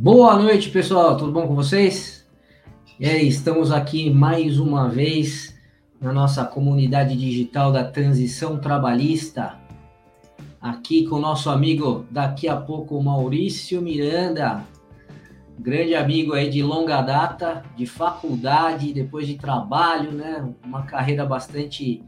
Boa noite, pessoal. Tudo bom com vocês? E aí, estamos aqui mais uma vez na nossa comunidade digital da Transição Trabalhista. Aqui com o nosso amigo, daqui a pouco, Maurício Miranda. Grande amigo aí de longa data, de faculdade, depois de trabalho, né? Uma carreira bastante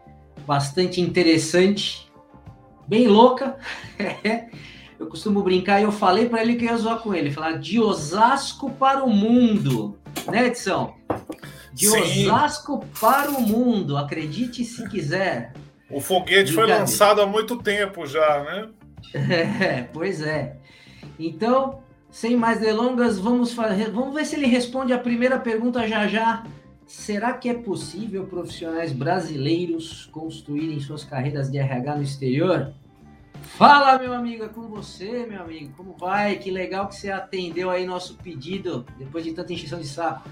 interessante, bem louca. Eu costumo brincar e eu falei para ele que eu ia zoar com ele, falar de Osasco para o mundo, né, Edson? De Sim. Osasco para o mundo, acredite se quiser. O foguete foi lançado há muito tempo já, né? Pois é. Então, sem mais delongas, vamos ver se ele responde a primeira pergunta já. Será que é possível profissionais brasileiros construírem suas carreiras de RH no exterior? Fala, meu amigo, é com você, meu amigo. Como vai? Que legal que você atendeu aí nosso pedido depois de tanta encheção de saco.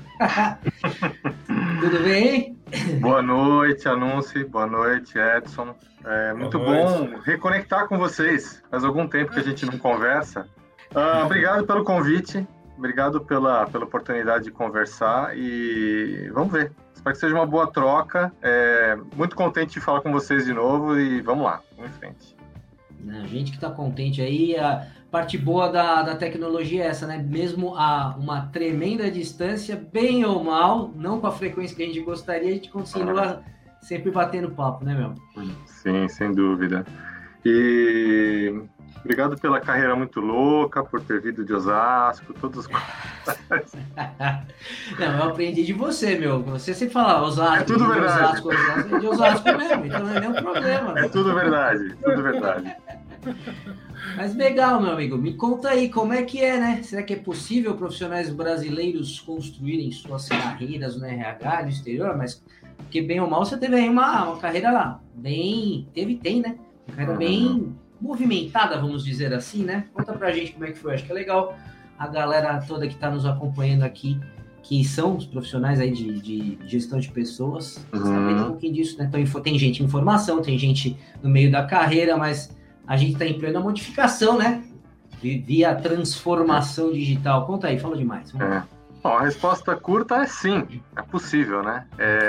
Tudo bem, hein? Boa noite, Anúncio. Boa noite, Edson. Muito bom reconectar com vocês. Faz algum tempo que a gente não conversa. Obrigado pelo convite. Obrigado pela oportunidade de conversar e vamos ver. Espero que seja uma boa troca. Muito contente de falar com vocês de novo e vamos lá, vamos em frente. A gente que está contente aí, a parte boa da tecnologia é essa, né? Mesmo a uma tremenda distância, bem ou mal, não com a frequência que a gente gostaria, a gente continua sempre batendo papo, né, meu? Sim, sem dúvida. E obrigado pela carreira muito louca, por ter vindo de Osasco, todos os... Não, eu aprendi de você, meu. Você sempre fala Osasco, é tudo verdade. Osasco, é de Osasco mesmo, então não é nenhum problema. É tudo verdade, tudo verdade. Mas legal, meu amigo, me conta aí, como é que é, né? Será que é possível profissionais brasileiros construírem suas carreiras no RH no exterior? Mas, porque bem ou mal, você teve aí uma carreira lá, tem, né? Uma carreira bem movimentada, vamos dizer assim, né? Conta pra gente como é que foi, acho que é legal a galera toda que tá nos acompanhando aqui, que são os profissionais aí de gestão de pessoas, sabendo um pouquinho disso, né? Então, tem gente em formação, tem gente no meio da carreira, mas a gente está em plena modificação, né? Via transformação digital. Conta aí, fala demais. Bom, a resposta curta é sim, é possível, né?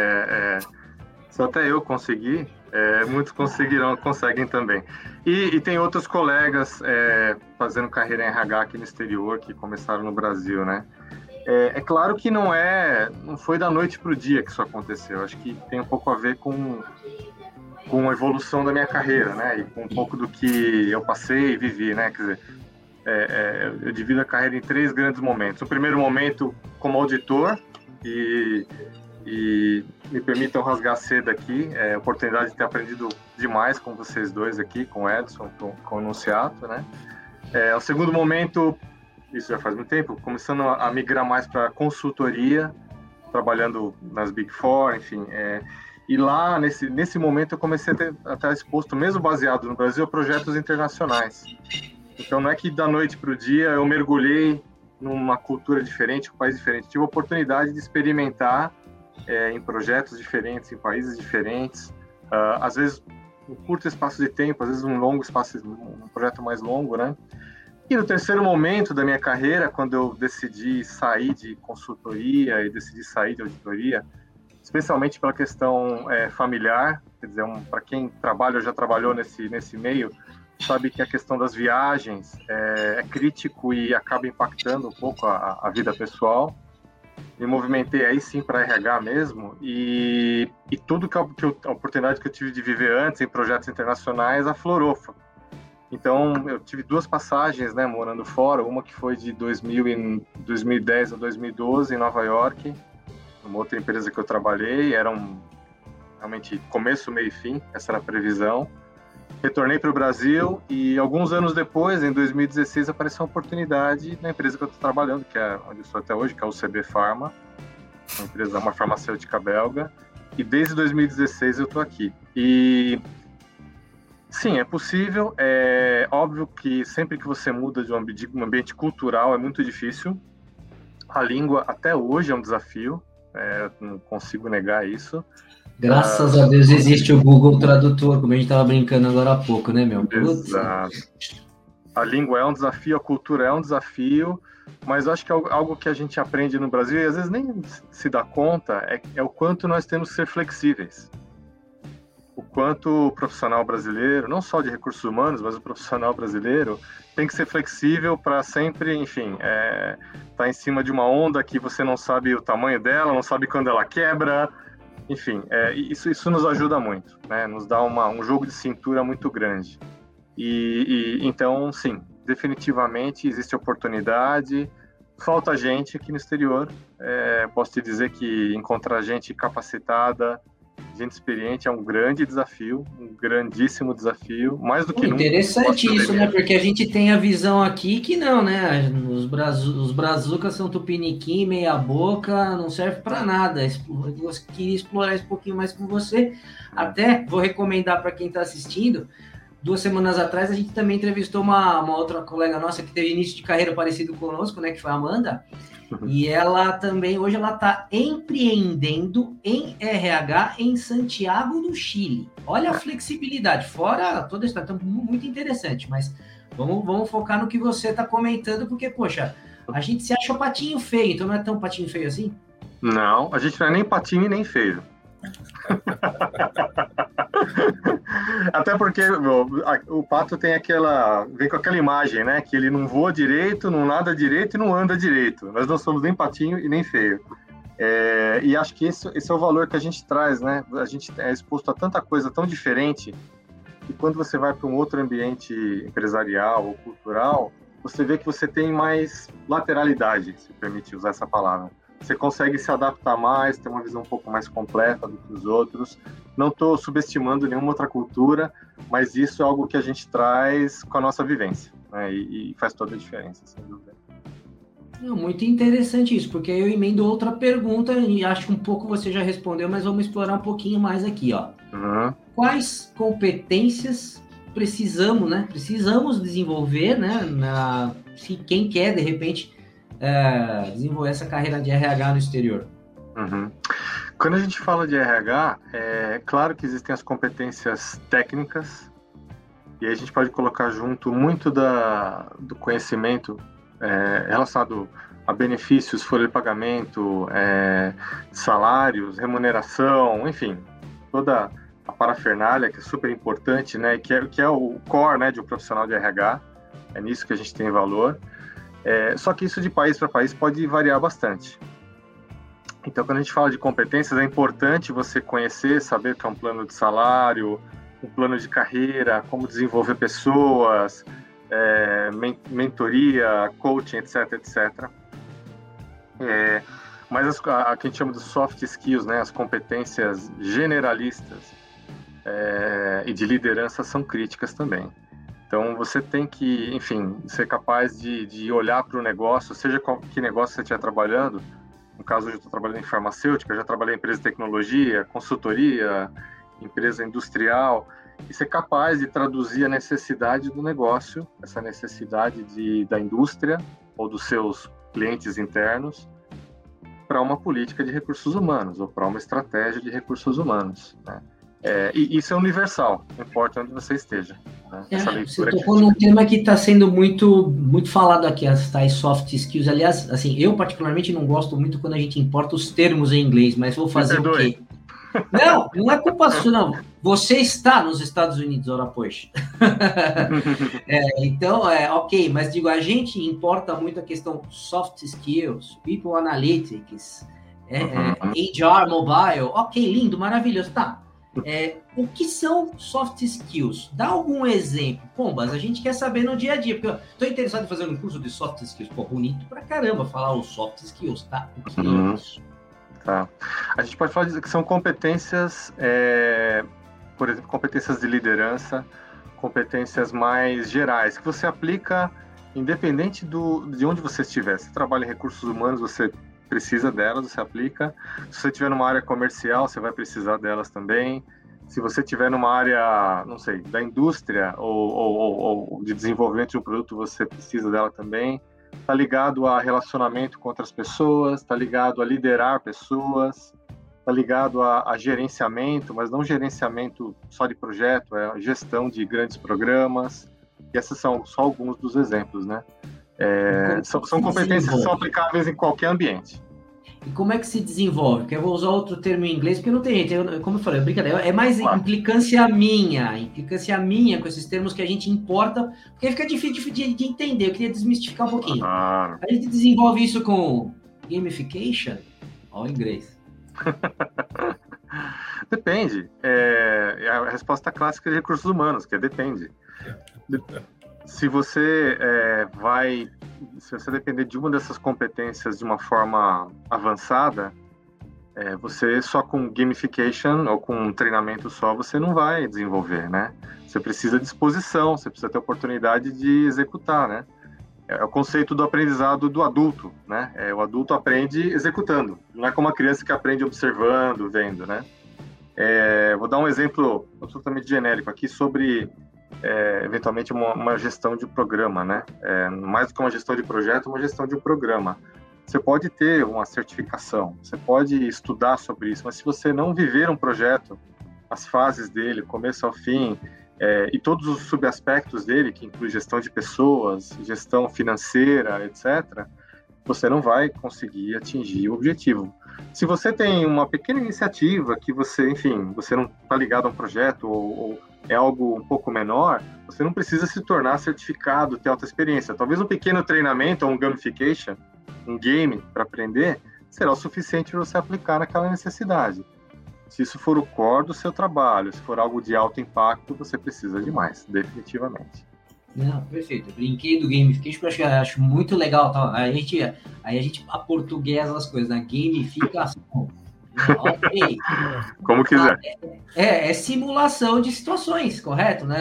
Se até eu conseguir, muitos conseguem também. E tem outros colegas fazendo carreira em RH aqui no exterior que começaram no Brasil, né? É claro que não foi da noite para o dia que isso aconteceu. Acho que tem um pouco a ver com a evolução da minha carreira, né? E com um pouco do que eu passei e vivi, né? Quer dizer, eu divido a carreira em 3 grandes momentos. O primeiro momento como auditor e me permitam rasgar cedo aqui, a oportunidade de ter aprendido demais com vocês dois aqui, com o Edson, com o Nunziato, né? O segundo momento, isso já faz muito tempo, começando a migrar mais para consultoria, trabalhando nas Big Four, enfim. E lá, nesse momento, eu comecei a estar exposto, mesmo baseado no Brasil, a projetos internacionais. Então, não é que da noite para o dia eu mergulhei numa cultura diferente, um país diferente. Tive a oportunidade de experimentar em projetos diferentes, em países diferentes. Às vezes, um curto espaço de tempo, às vezes um projeto mais longo, né? E no terceiro momento da minha carreira, quando eu decidi sair de consultoria e decidi sair de auditoria, especialmente pela questão familiar, quer dizer, para quem trabalha ou já trabalhou nesse meio, sabe que a questão das viagens é crítico e acaba impactando um pouco a vida pessoal. Me movimentei aí sim para RH mesmo e tudo a oportunidade que eu tive de viver antes em projetos internacionais aflorou. Então, eu tive 2 passagens, né, morando fora, uma que foi de 2010 a 2012 em Nova York, uma outra empresa que eu trabalhei, era realmente começo, meio e fim, essa era a previsão. Retornei para o Brasil e alguns anos depois, em 2016, apareceu uma oportunidade na empresa que eu estou trabalhando, que é onde eu estou até hoje, que é o CB Pharma, uma farmacêutica belga, e desde 2016 eu estou aqui. E sim, é possível, é óbvio que sempre que você muda de um ambiente cultural é muito difícil, a língua até hoje é um desafio, não consigo negar isso. Graças a Deus existe o Google Tradutor, como a gente estava brincando agora há pouco, né, meu? Exato. A língua é um desafio, a cultura é um desafio, mas eu acho que algo que a gente aprende no Brasil, e às vezes nem se dá conta, é o quanto nós temos que ser flexíveis. O quanto o profissional brasileiro, não só de recursos humanos, mas o profissional brasileiro, tem que ser flexível para sempre, enfim, tá em cima de uma onda que você não sabe o tamanho dela, não sabe quando ela quebra, enfim, isso nos ajuda muito, né? Nos dá um jogo de cintura muito grande. Então, sim, definitivamente existe oportunidade, falta gente aqui no exterior. Posso te dizer que encontrar gente capacitada, gente experiente é um grande desafio, um grandíssimo desafio, mais do que nunca. Interessante isso, né? Porque a gente tem a visão aqui que não, né? Os brazucas são tupiniquim, meia boca, não serve para nada. Eu queria explorar isso um pouquinho mais com você. Até vou recomendar para quem está assistindo. 2 semanas atrás a gente também entrevistou uma outra colega nossa que teve início de carreira parecido conosco, né? Que foi a Amanda. E ela também, hoje ela está empreendendo em RH em Santiago do Chile. Olha a flexibilidade, fora toda a história, então, muito interessante, mas vamos focar no que você está comentando, porque, poxa, a gente se acha patinho feio, então não é tão patinho feio assim? Não, a gente não é nem patinho e nem feio. Até porque o pato vem com aquela imagem, né? Que ele não voa direito, não nada direito e não anda direito. Nós não somos nem patinho e nem feio. E acho que esse é o valor que a gente traz, né? A gente é exposto a tanta coisa tão diferente que quando você vai para um outro ambiente empresarial ou cultural, você vê que você tem mais lateralidade, se permite usar essa palavra. Você consegue se adaptar mais, ter uma visão um pouco mais completa do que os outros. Não estou subestimando nenhuma outra cultura, mas isso é algo que a gente traz com a nossa vivência, né? E faz toda a diferença, sem dúvida. Muito interessante isso, porque eu emendo outra pergunta e acho que um pouco você já respondeu, mas vamos explorar um pouquinho mais aqui, ó. Uhum. Quais competências precisamos desenvolver, né? Se quem quer, de repente, desenvolver essa carreira de RH no exterior? Uhum. Quando a gente fala de RH, é claro que existem as competências técnicas, e aí a gente pode colocar junto muito do conhecimento relacionado a benefícios, folha de pagamento, salários, remuneração, enfim, toda a parafernália que é super importante, né, que é o core, né, de um profissional de RH. É nisso que a gente tem valor. Só que isso de país para país pode variar bastante. Então, quando a gente fala de competências, é importante você conhecer, saber o que é um plano de salário, um plano de carreira, como desenvolver pessoas, mentoria, coaching, etc, etc. Mas a que a gente chama de soft skills, né, as competências generalistas e de liderança são críticas também. Então, você tem que, enfim, ser capaz de olhar para o negócio, seja que negócio você estiver trabalhando. No caso, hoje eu estou trabalhando em farmacêutica, já trabalhei em empresa de tecnologia, consultoria, empresa industrial, e ser capaz de traduzir a necessidade do negócio, essa necessidade da indústria ou dos seus clientes internos, para uma política de recursos humanos ou para uma estratégia de recursos humanos, né? E isso é universal, não importa onde você esteja. Né? Você tocou num tema que está sendo muito, muito falado aqui, as tais soft skills. Aliás, assim, eu particularmente não gosto muito quando a gente importa os termos em inglês, mas vou fazer o quê? Não é culpa sua, não. Você está nos Estados Unidos, ora pois. Então, ok, mas digo, a gente importa muito a questão soft skills, people analytics, HR mobile, ok, lindo, maravilhoso, tá. O que são soft skills? Dá algum exemplo. Pombas, a gente quer saber no dia a dia, porque eu estou interessado em fazer um curso de soft skills. Pô, bonito pra caramba falar os soft skills, tá? O que é isso? Tá. A gente pode falar que são competências, por exemplo, competências de liderança, competências mais gerais, que você aplica independente de onde você estiver. Se trabalha em recursos humanos, você precisa delas, você aplica. Se você estiver numa área comercial, você vai precisar delas também. Se você estiver numa área, não sei, da indústria ou de desenvolvimento de um produto, você precisa dela também. Está ligado a relacionamento com outras pessoas, está ligado a liderar pessoas, está ligado a gerenciamento, mas não gerenciamento só de projeto, é a gestão de grandes programas. E esses são só alguns dos exemplos, né? São competências que são aplicáveis em qualquer ambiente. E como é que se desenvolve? Porque eu vou usar outro termo em inglês, porque não tem jeito. Como eu falei, brincadeira. É mais implicância minha com esses termos que a gente importa, porque fica difícil de entender. Eu queria desmistificar um pouquinho. A gente desenvolve isso com gamification ou inglês? Depende. A resposta clássica de recursos humanos, que é depende. Se você depender de uma dessas competências de uma forma avançada, você só com gamification ou com um treinamento só, você não vai desenvolver, né? Você precisa de disposição, você precisa ter oportunidade de executar, né? É o conceito do aprendizado do adulto, né? O adulto aprende executando, não é como a criança que aprende observando, vendo, né? Vou dar um exemplo absolutamente genérico aqui sobre eventualmente uma gestão de programa, né? Mais do que uma gestão de projeto, uma gestão de um programa. Você pode ter uma certificação, você pode estudar sobre isso, mas se você não viver um projeto, as fases dele, começo ao fim, e todos os subaspectos dele, que inclui gestão de pessoas, gestão financeira, etc., você não vai conseguir atingir o objetivo. Se você tem uma pequena iniciativa que você não está ligado a um projeto ou é algo um pouco menor, você não precisa se tornar certificado, ter alta experiência. Talvez um pequeno treinamento ou um gamification, um game para aprender, será o suficiente para você aplicar naquela necessidade. Se isso for o core do seu trabalho, se for algo de alto impacto, você precisa de mais, definitivamente. Não, perfeito. Eu brinquei do gamification porque eu acho muito legal. Tá? Aí a gente aportuguesa as coisas, né? Gamificação. Okay. Como quiser. É simulação de situações, correto? Né?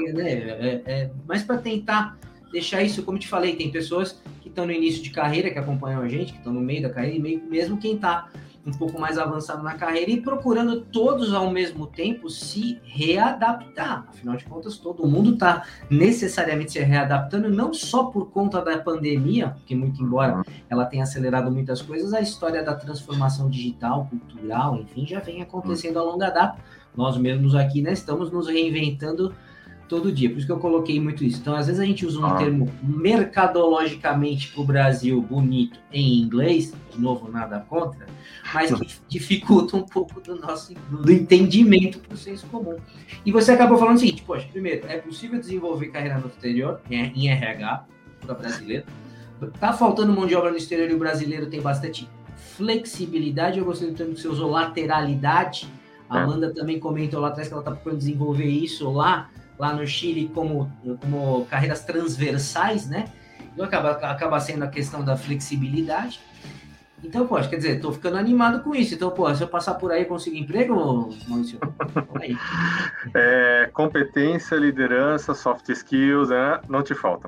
Mas para tentar deixar isso, como te falei, tem pessoas que estão no início de carreira, que acompanham a gente, que estão no meio da carreira, e mesmo quem está um pouco mais avançado na carreira e procurando todos ao mesmo tempo se readaptar. Afinal de contas, todo mundo está necessariamente se readaptando, não só por conta da pandemia, porque muito embora ela tenha acelerado muitas coisas, a história da transformação digital, cultural, enfim, já vem acontecendo a longa data. Nós mesmos aqui, né, estamos nos reinventando todo dia, por isso que eu coloquei muito isso. Então, às vezes a gente usa um termo mercadologicamente para o Brasil bonito em inglês, de novo, nada contra, mas que dificulta um pouco do entendimento para o senso comum. E você acabou falando o seguinte, poxa, primeiro, é possível desenvolver carreira no exterior, em RH, para brasileiro. Tá faltando mão de obra no exterior e o brasileiro tem bastante flexibilidade. Eu gostei do termo que você usou, lateralidade. A Amanda também comentou lá atrás que ela está procurando desenvolver isso lá no Chile como carreiras transversais, né? Então acaba sendo a questão da flexibilidade. Então, poxa, quer dizer, tô ficando animado com isso. Então, pô, se eu passar por aí, consigo emprego, Maurício? Aí. Competência, liderança, soft skills, não te falta.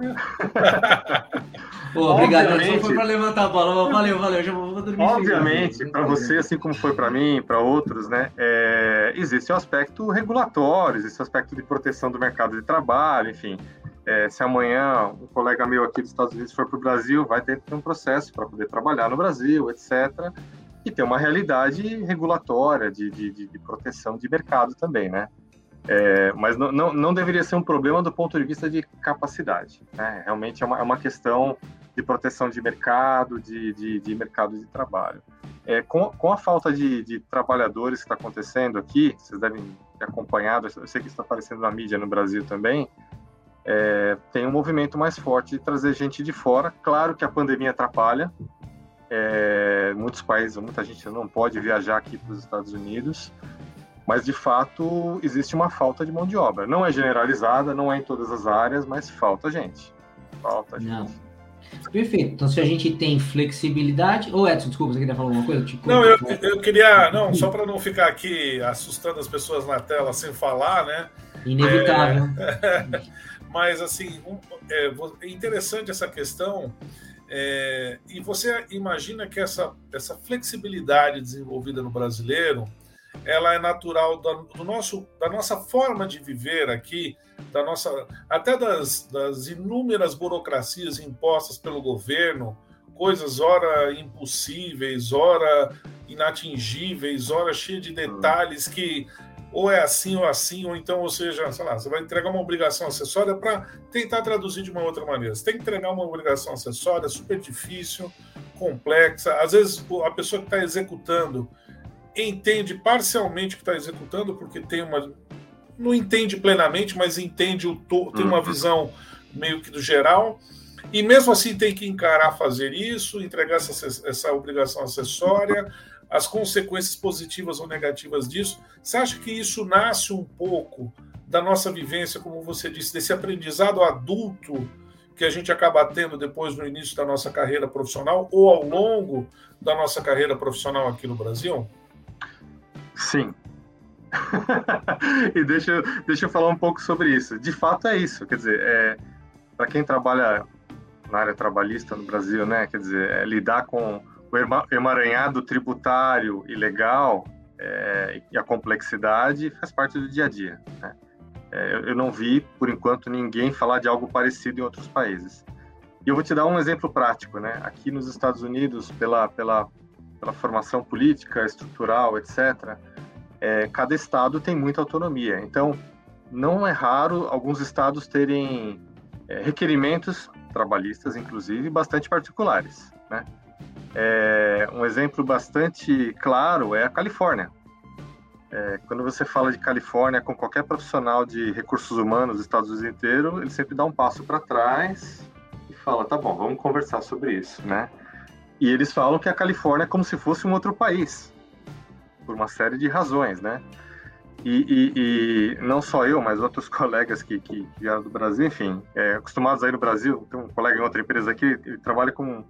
Pô, obrigado. Só foi para levantar a bola. Valeu. Já vou dormir. Obviamente, para você, assim como foi para mim, para outros, né? Existe um aspecto regulatório, existe um aspecto de proteção do mercado de trabalho, enfim. Se amanhã um colega meu aqui dos Estados Unidos for para o Brasil, vai ter que ter um processo para poder trabalhar no Brasil, etc. E tem uma realidade regulatória de proteção de mercado também, né? Mas não deveria ser um problema do ponto de vista de capacidade, né? Realmente é uma questão de proteção de mercado, de mercado de trabalho. Com a falta de trabalhadores que está acontecendo aqui, vocês devem ter acompanhado, eu sei que isso está aparecendo na mídia no Brasil também, tem um movimento mais forte de trazer gente de fora. Claro que a pandemia atrapalha, muitos países, muita gente não pode viajar aqui para os Estados Unidos, mas de fato existe uma falta de mão de obra. Não é generalizada, não é em todas as áreas, mas falta gente. Não. Perfeito. Então, se a gente tem flexibilidade... Edson, desculpa, você queria falar alguma coisa? Eu queria... Não, só para não ficar aqui assustando as pessoas na tela sem falar, né? Inevitável. Mas, assim, é interessante essa questão. E você imagina que essa flexibilidade desenvolvida no brasileiro, ela é natural da nossa forma de viver aqui, até das inúmeras burocracias impostas pelo governo, coisas ora impossíveis, ora inatingíveis, ora cheias de detalhes que ou é assim ou assim, ou então, ou seja, sei lá, você vai entregar uma obrigação acessória para tentar traduzir de uma outra maneira. Você tem que entregar uma obrigação acessória super difícil, complexa. Às vezes a pessoa que está executando entende parcialmente o que está executando, porque não entende plenamente, mas entende tem uma visão meio que do geral, e mesmo assim tem que encarar fazer isso, entregar essa obrigação acessória, as consequências positivas ou negativas disso. Você acha que isso nasce um pouco da nossa vivência, como você disse, desse aprendizado adulto que a gente acaba tendo depois no início da nossa carreira profissional ou ao longo da nossa carreira profissional aqui no Brasil? Sim. E deixa eu falar um pouco sobre isso. De fato é isso, quer dizer, para quem trabalha na área trabalhista no Brasil, né, quer dizer, lidar com o emaranhado tributário e legal e a complexidade faz parte do dia a dia, né? Eu não vi, por enquanto, ninguém falar de algo parecido em outros países. E eu vou te dar um exemplo prático, né? Aqui nos Estados Unidos, pela formação política, estrutural, etc., cada estado tem muita autonomia. Então, não é raro alguns estados terem requerimentos trabalhistas, inclusive, bastante particulares, né? Um exemplo bastante claro é a Califórnia. Quando você fala de Califórnia com qualquer profissional de recursos humanos dos Estados Unidos inteiro, ele sempre dá um passo para trás e fala, tá bom, vamos conversar sobre isso, né? E eles falam que a Califórnia é como se fosse um outro país, por uma série de razões, né? E não só eu, mas outros colegas que vieram do Brasil, enfim, acostumados aí no Brasil. Tem um colega em outra empresa aqui, ele trabalhou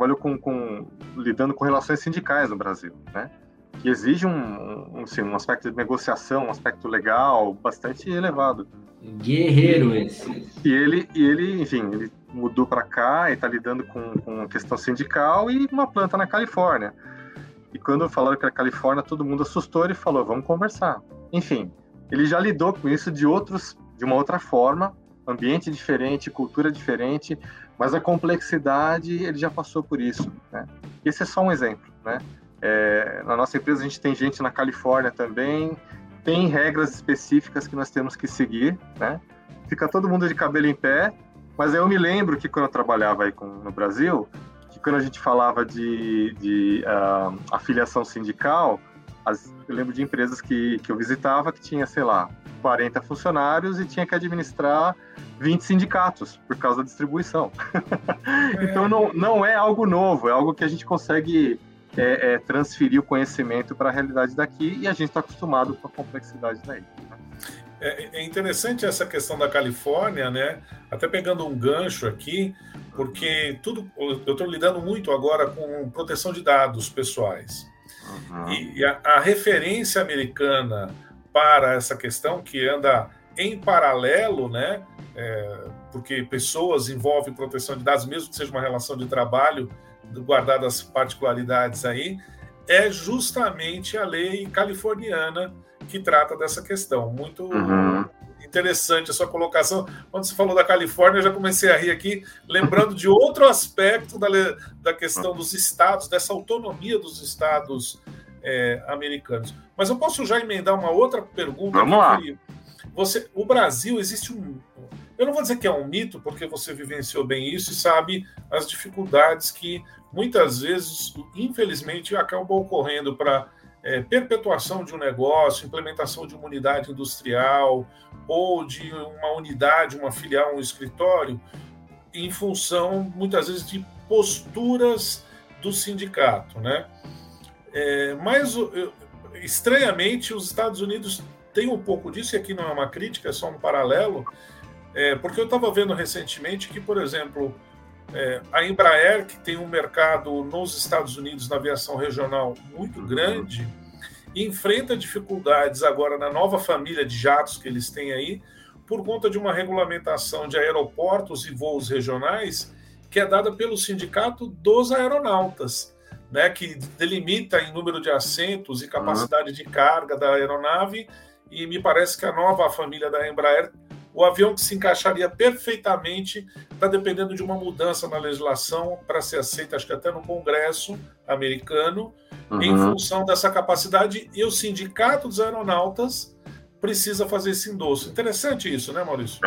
lidando com relações sindicais no Brasil, né? Que exige um aspecto de negociação, um aspecto legal bastante elevado. Guerreiro esse. E ele, enfim, ele mudou para cá e está lidando com a questão sindical e uma planta na Califórnia. E quando falaram que era Califórnia, todo mundo assustou, ele falou, vamos conversar. Enfim, ele já lidou com isso de uma outra forma, ambiente diferente, cultura diferente, mas a complexidade, ele já passou por isso, né? Esse é só um exemplo, né? Na nossa empresa a gente tem gente na Califórnia também, tem regras específicas que nós temos que seguir, né? Fica todo mundo de cabelo em pé, mas eu me lembro que quando eu trabalhava aí no Brasil, que quando a gente falava de afiliação sindical, eu lembro de empresas que eu visitava que tinha, sei lá, 40 funcionários e tinha que administrar 20 sindicatos por causa da distribuição. Então não é algo novo, é algo que a gente consegue transferir o conhecimento para a realidade daqui e a gente está acostumado com a complexidade daí. É interessante essa questão da Califórnia, né? Até pegando um gancho aqui, porque eu estou lidando muito agora com proteção de dados pessoais. Uhum. E a referência americana para essa questão, que anda em paralelo, né? Porque pessoas envolvem proteção de dados, mesmo que seja uma relação de trabalho, guardadas as particularidades aí, é justamente a lei californiana que trata dessa questão. Muito interessante a sua colocação. Quando você falou da Califórnia, eu já comecei a rir aqui, lembrando de outro aspecto da questão dos estados, dessa autonomia dos estados americanos. Mas eu posso já emendar uma outra pergunta? Vamos lá. O Brasil, existe eu não vou dizer que é um mito, porque você vivenciou bem isso e sabe as dificuldades que muitas vezes, infelizmente, acabam ocorrendo para perpetuação de um negócio, implementação de uma unidade industrial ou de uma unidade, uma filial, um escritório, em função, muitas vezes, de posturas do sindicato, né? Mas, estranhamente, os Estados Unidos têm um pouco disso, e aqui não é uma crítica, é só um paralelo, porque eu estava vendo recentemente que, por exemplo, a Embraer, que tem um mercado nos Estados Unidos na aviação regional muito grande, enfrenta dificuldades agora na nova família de jatos que eles têm aí, por conta de uma regulamentação de aeroportos e voos regionais que é dada pelo Sindicato dos Aeronautas, né, que delimita em número de assentos e capacidade de carga da aeronave, e me parece que a nova família da Embraer, o avião que se encaixaria perfeitamente, está dependendo de uma mudança na legislação para ser aceita, acho que até no Congresso americano, em função dessa capacidade, e o Sindicato dos Aeronautas precisa fazer esse endosso. Interessante isso, né, Maurício?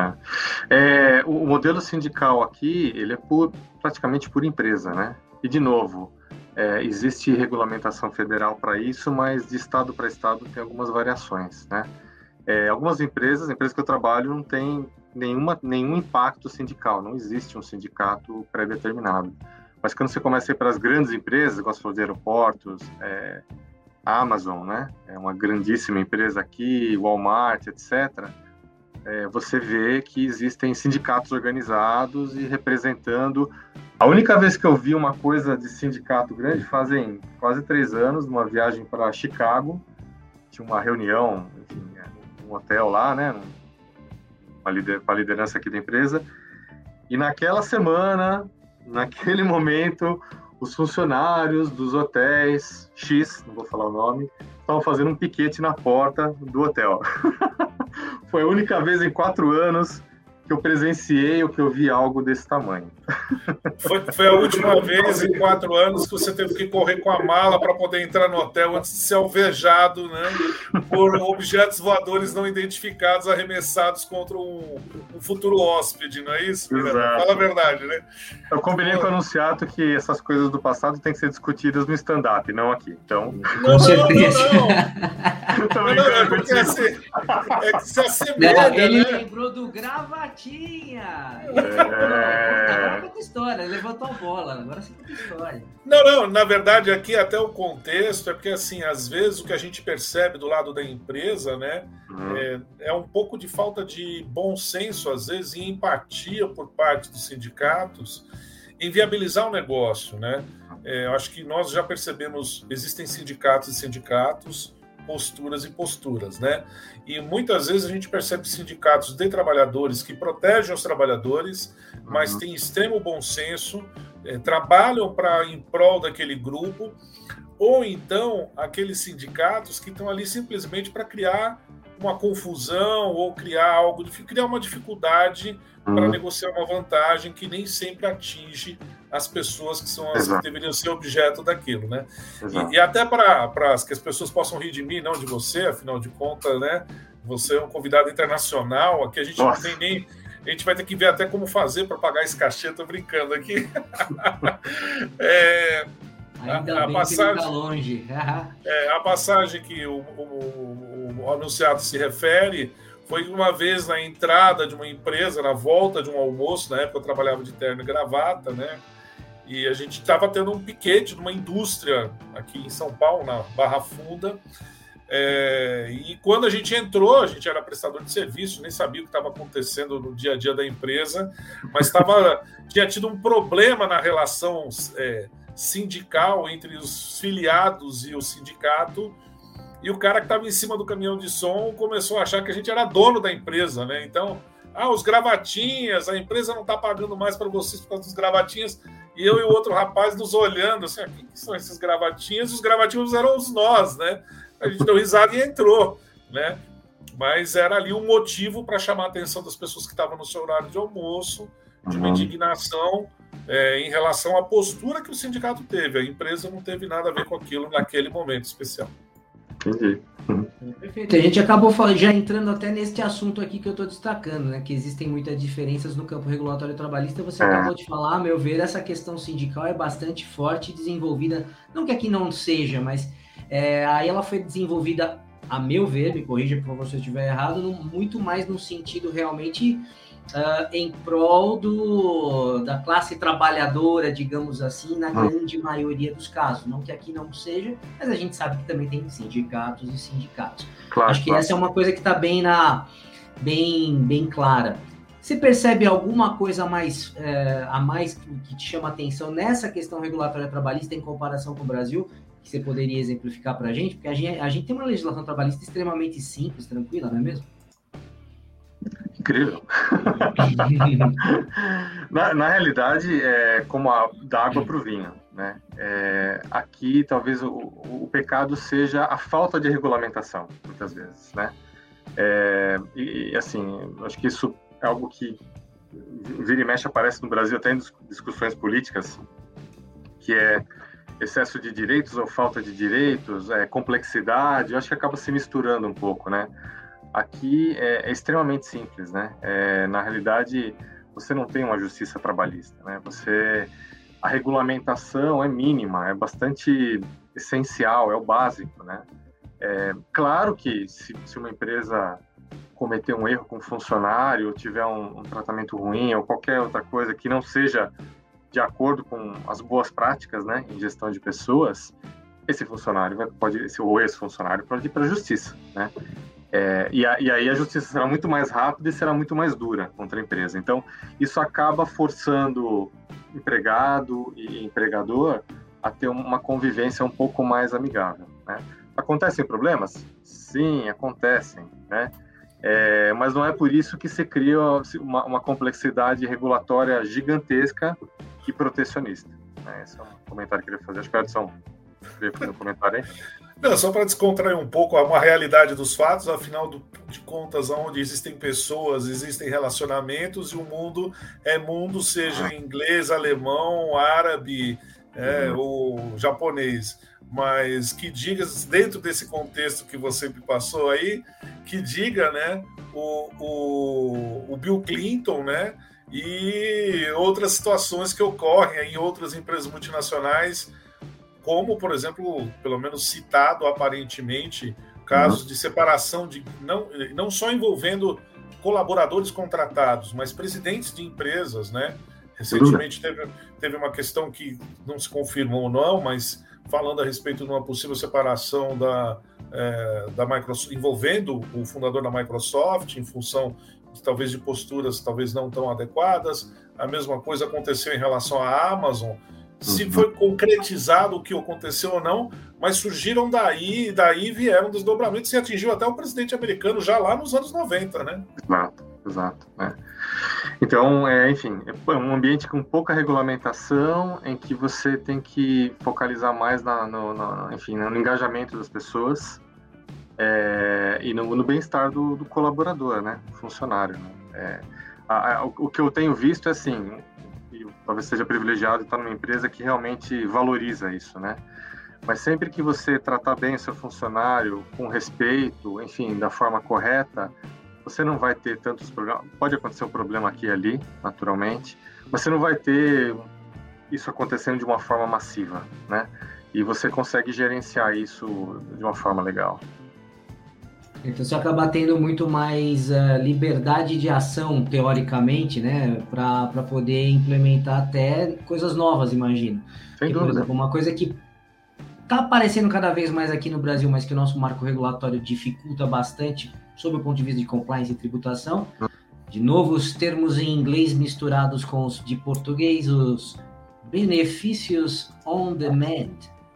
O modelo sindical aqui, ele é praticamente por empresa, né? E, de novo, existe regulamentação federal para isso, mas de estado para estado tem algumas variações, né? Algumas empresas que eu trabalho, não tem nenhum impacto sindical, não existe um sindicato pré-determinado. Mas quando você começa a ir para as grandes empresas, igual você falou de aeroportos, a Amazon, né? É uma grandíssima empresa aqui, Walmart, etc., você vê que existem sindicatos organizados e representando. A única vez que eu vi uma coisa de sindicato grande fazem quase 3 anos, numa viagem para Chicago, tinha uma reunião, enfim, num hotel lá, né, com a liderança aqui da empresa, e naquela semana, naquele momento, os funcionários dos hotéis X, não vou falar o nome, estavam fazendo um piquete na porta do hotel. Foi a única vez em 4 anos que eu presenciei ou que eu vi algo desse tamanho. Foi a última vez em 4 anos que você teve que correr com a mala para poder entrar no hotel antes de ser alvejado, né, por objetos voadores não identificados arremessados contra um futuro hóspede, não é isso? Exato. Fala a verdade, né? Eu combinei com o anunciado que essas coisas do passado têm que ser discutidas no stand-up, não aqui. Então... Com certeza. Não, porque assim, se assemelha, ele né? lembrou do Gravatinha. Conta história, ele levantou a bola, agora você conta história. Não, na verdade aqui até o contexto é porque assim, às vezes o que a gente percebe do lado da empresa, né, é um pouco de falta de bom senso, às vezes, e empatia por parte dos sindicatos em viabilizar o negócio, né? Eu acho que nós já percebemos, existem sindicatos e sindicatos, posturas e posturas, né? E muitas vezes a gente percebe sindicatos de trabalhadores que protegem os trabalhadores, mas têm extremo bom senso, trabalham em prol daquele grupo, ou então aqueles sindicatos que estão ali simplesmente para criar uma confusão ou criar uma dificuldade para negociar uma vantagem que nem sempre atinge as pessoas que são as que deveriam ser objeto daquilo, né? E até para que as pessoas possam rir de mim, não de você, afinal de contas, né? Você é um convidado internacional, aqui a gente não tem nem... A gente vai ter que ver até como fazer para pagar esse cachê, tô brincando aqui. Ainda bem que ele está longe. A passagem que o anunciado se refere foi uma vez na entrada de uma empresa, na volta de um almoço, na época eu trabalhava de terno e gravata, né? E a gente estava tendo um piquete numa indústria aqui em São Paulo, na Barra Funda. E quando a gente entrou, a gente era prestador de serviço, nem sabia o que estava acontecendo no dia a dia da empresa, mas tinha tido um problema na relação sindical entre os filiados e o sindicato, e o cara que estava em cima do caminhão de som começou a achar que a gente era dono da empresa, né? Então, os gravatinhas, a empresa não está pagando mais para vocês por causa dos gravatinhas, e eu e o outro rapaz nos olhando, assim, quem que são esses gravatinhas? Os gravatinhos eram nós, né? A gente deu risada e entrou, né? Mas era ali um motivo para chamar a atenção das pessoas que estavam no seu horário de almoço, de uma indignação em relação à postura que o sindicato teve. A empresa não teve nada a ver com aquilo naquele momento especial. Entendi. Perfeito. A gente acabou já entrando até neste assunto aqui que eu estou destacando, né? Que existem muitas diferenças no campo regulatório trabalhista. Você acabou de falar, a meu ver, essa questão sindical é bastante forte e desenvolvida. Não que aqui não seja, mas aí ela foi desenvolvida, a meu ver, me corrija por favor se eu estiver errado, muito mais no sentido realmente em prol da classe trabalhadora, digamos assim, na grande maioria dos casos. Não que aqui não seja, mas a gente sabe que também tem sindicatos e sindicatos. Claro, acho que essa é uma coisa que está bem clara. Você percebe alguma coisa a mais que te chama atenção nessa questão regulatória trabalhista em comparação com o Brasil, que você poderia exemplificar para a gente? Porque a gente tem uma legislação trabalhista extremamente simples, tranquila, não é mesmo? Incrível. na realidade, é como da água para o vinho, né? Aqui, talvez, o pecado seja a falta de regulamentação, muitas vezes, né? Assim, acho que isso é algo que vira e mexe aparece no Brasil até em discussões políticas, que é excesso de direitos ou falta de direitos, complexidade, eu acho que acaba se misturando um pouco, né? aqui é extremamente simples, né? Na realidade, você não tem uma justiça trabalhista, né? A regulamentação é mínima, é bastante essencial, é o básico, né? Claro que se uma empresa cometer um erro com um funcionário, ou tiver um tratamento ruim, ou qualquer outra coisa que não seja de acordo com as boas práticas, né, em gestão de pessoas, esse ex-funcionário pode ir para a justiça, né? E aí a justiça será muito mais rápida e será muito mais dura contra a empresa. Então, isso acaba forçando empregado e empregador a ter uma convivência um pouco mais amigável, né? Acontecem problemas? Sim, acontecem, né? Mas não é por isso que se cria uma complexidade regulatória gigantesca e protecionista, né? Esse é um comentário que eu queria fazer. Acho que o Edson queria fazer um comentário aí. Não, só para descontrair um pouco uma realidade dos fatos, afinal de contas, onde existem pessoas, existem relacionamentos, e o mundo é mundo, seja em inglês, alemão, árabe, ou japonês. Mas que diga, dentro desse contexto que você me passou aí, que diga, né, o Bill Clinton, né, e outras situações que ocorrem em outras empresas multinacionais, como, por exemplo, pelo menos citado aparentemente, casos de separação, não só envolvendo colaboradores contratados, mas presidentes de empresas, né? Recentemente teve uma questão que não se confirmou ou não, mas falando a respeito de uma possível separação da Microsoft, envolvendo o fundador da Microsoft, em função talvez de posturas talvez não tão adequadas. A mesma coisa aconteceu em relação à Amazon. Se foi concretizado o que aconteceu ou não, mas surgiram daí vieram desdobramentos e atingiu até o presidente americano já lá nos anos 90, né? Exato. Né? Então, enfim, é um ambiente com pouca regulamentação, em que você tem que focalizar mais no engajamento das pessoas e no bem-estar do colaborador, né? Do funcionário. Né? O que eu tenho visto é assim, talvez seja privilegiado estar numa empresa que realmente valoriza isso, né? Mas sempre que você tratar bem o seu funcionário, com respeito, enfim, da forma correta, você não vai ter tantos problemas. Pode acontecer um problema aqui e ali, naturalmente, mas você não vai ter isso acontecendo de uma forma massiva, né? E você consegue gerenciar isso de uma forma legal. Então você acaba tendo muito mais liberdade de ação, teoricamente, né, para poder implementar até coisas novas, imagino. Sem dúvida. Por exemplo, uma coisa que está aparecendo cada vez mais aqui no Brasil, mas que o nosso marco regulatório dificulta bastante, sob o ponto de vista de compliance e tributação, de novo os termos em inglês misturados com os de português, os benefícios on demand.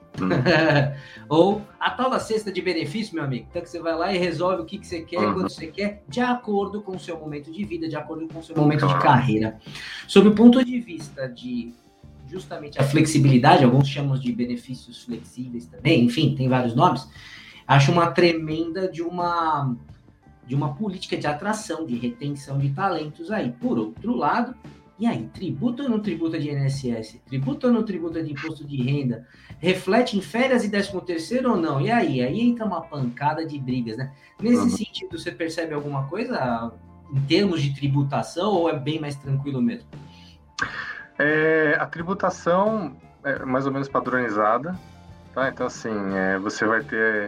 Ou a tal da cesta de benefício, meu amigo. Então que você vai lá e resolve o que você quer, quando você quer, de acordo com o seu momento de vida, de acordo com o seu momento de carreira. Sob o ponto de vista de justamente a flexibilidade, alguns chamam de benefícios flexíveis também, enfim, tem vários nomes, acho uma tremenda de uma política de atração, de retenção de talentos aí. Por outro lado, e aí, tributa ou não tributa de INSS? Tributa ou não tributa de imposto de renda? Reflete em férias e 13º ou não? E aí? Aí entra uma pancada de brigas, né? Nesse sentido, você percebe alguma coisa em termos de tributação ou é bem mais tranquilo mesmo? A tributação é mais ou menos padronizada, tá? Então, assim, você vai ter...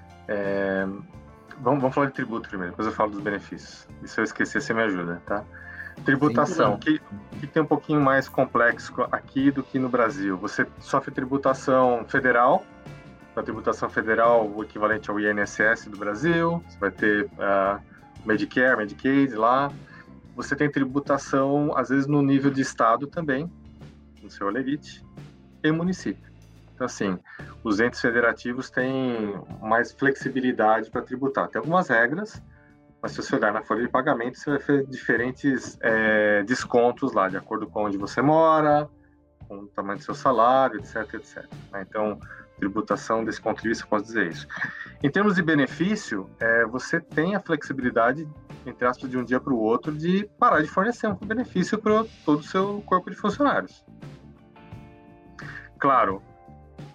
Vamos falar de tributo primeiro, depois eu falo dos benefícios. E se eu esquecer, você me ajuda, tá? Tributação, que tem um pouquinho mais complexo aqui do que no Brasil. Você sofre tributação federal, a tributação federal o equivalente ao INSS do Brasil, você vai ter Medicare, Medicaid lá. Você tem tributação, às vezes, no nível de estado também, no seu Olerite, e município. Então, assim, os entes federativos têm mais flexibilidade para tributar. Tem algumas regras, mas se você olhar na folha de pagamento, você vai ter diferentes descontos lá, de acordo com onde você mora, com o tamanho do seu salário, etc, etc. Então, tributação, desse ponto de vista, eu posso dizer isso. Em termos de benefício, você tem a flexibilidade, entre aspas, de um dia para o outro, de parar de fornecer um benefício para todo o seu corpo de funcionários. Claro,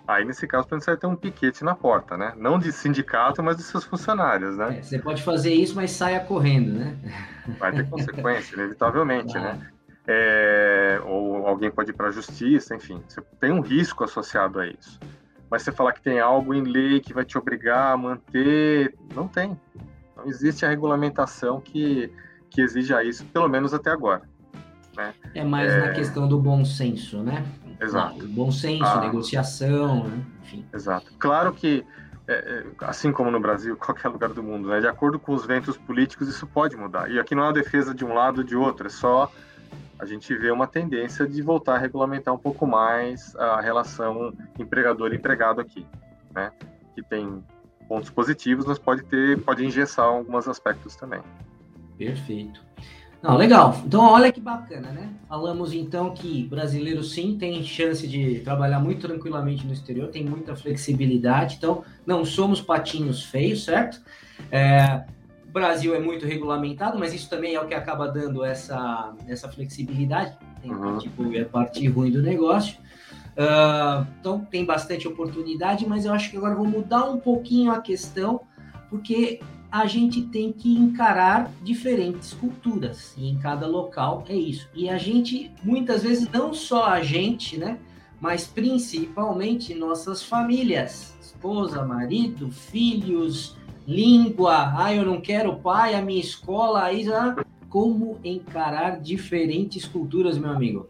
Aí, nesse caso, você vai ter um piquete na porta, né? Não de sindicato, mas dos seus funcionários, né? Você pode fazer isso, mas saia correndo, né? Vai ter consequência, inevitavelmente, Claro. né? Ou alguém pode ir para a justiça, enfim. Você tem um risco associado a isso. Mas você falar que tem algo em lei que vai te obrigar a manter, não tem. Não existe a regulamentação que exija isso, pelo menos até agora, né? É mais na questão do bom senso, né? Exato. O bom senso, negociação, né? Enfim. Exato. Claro que, assim como no Brasil, qualquer lugar do mundo, né, de acordo com os ventos políticos, isso pode mudar. E aqui não é uma defesa de um lado ou de outro, é só a gente vê uma tendência de voltar a regulamentar um pouco mais a relação empregador-empregado aqui, né? Que tem pontos positivos, mas pode engessar alguns aspectos também. Perfeito. Não, legal. Então, olha que bacana, né? Falamos, então, que brasileiro, sim, tem chance de trabalhar muito tranquilamente no exterior, tem muita flexibilidade, então, não somos patinhos feios, certo? O Brasil é muito regulamentado, mas isso também é o que acaba dando essa flexibilidade, tem a parte ruim do negócio. Então, tem bastante oportunidade, mas eu acho que agora eu vou mudar um pouquinho a questão, porque a gente tem que encarar diferentes culturas, e em cada local é isso. E a gente, muitas vezes, não só a gente, né, mas principalmente nossas famílias, esposa, marido, filhos, língua, eu não quero pai, a minha escola, aí já... Como encarar diferentes culturas, meu amigo?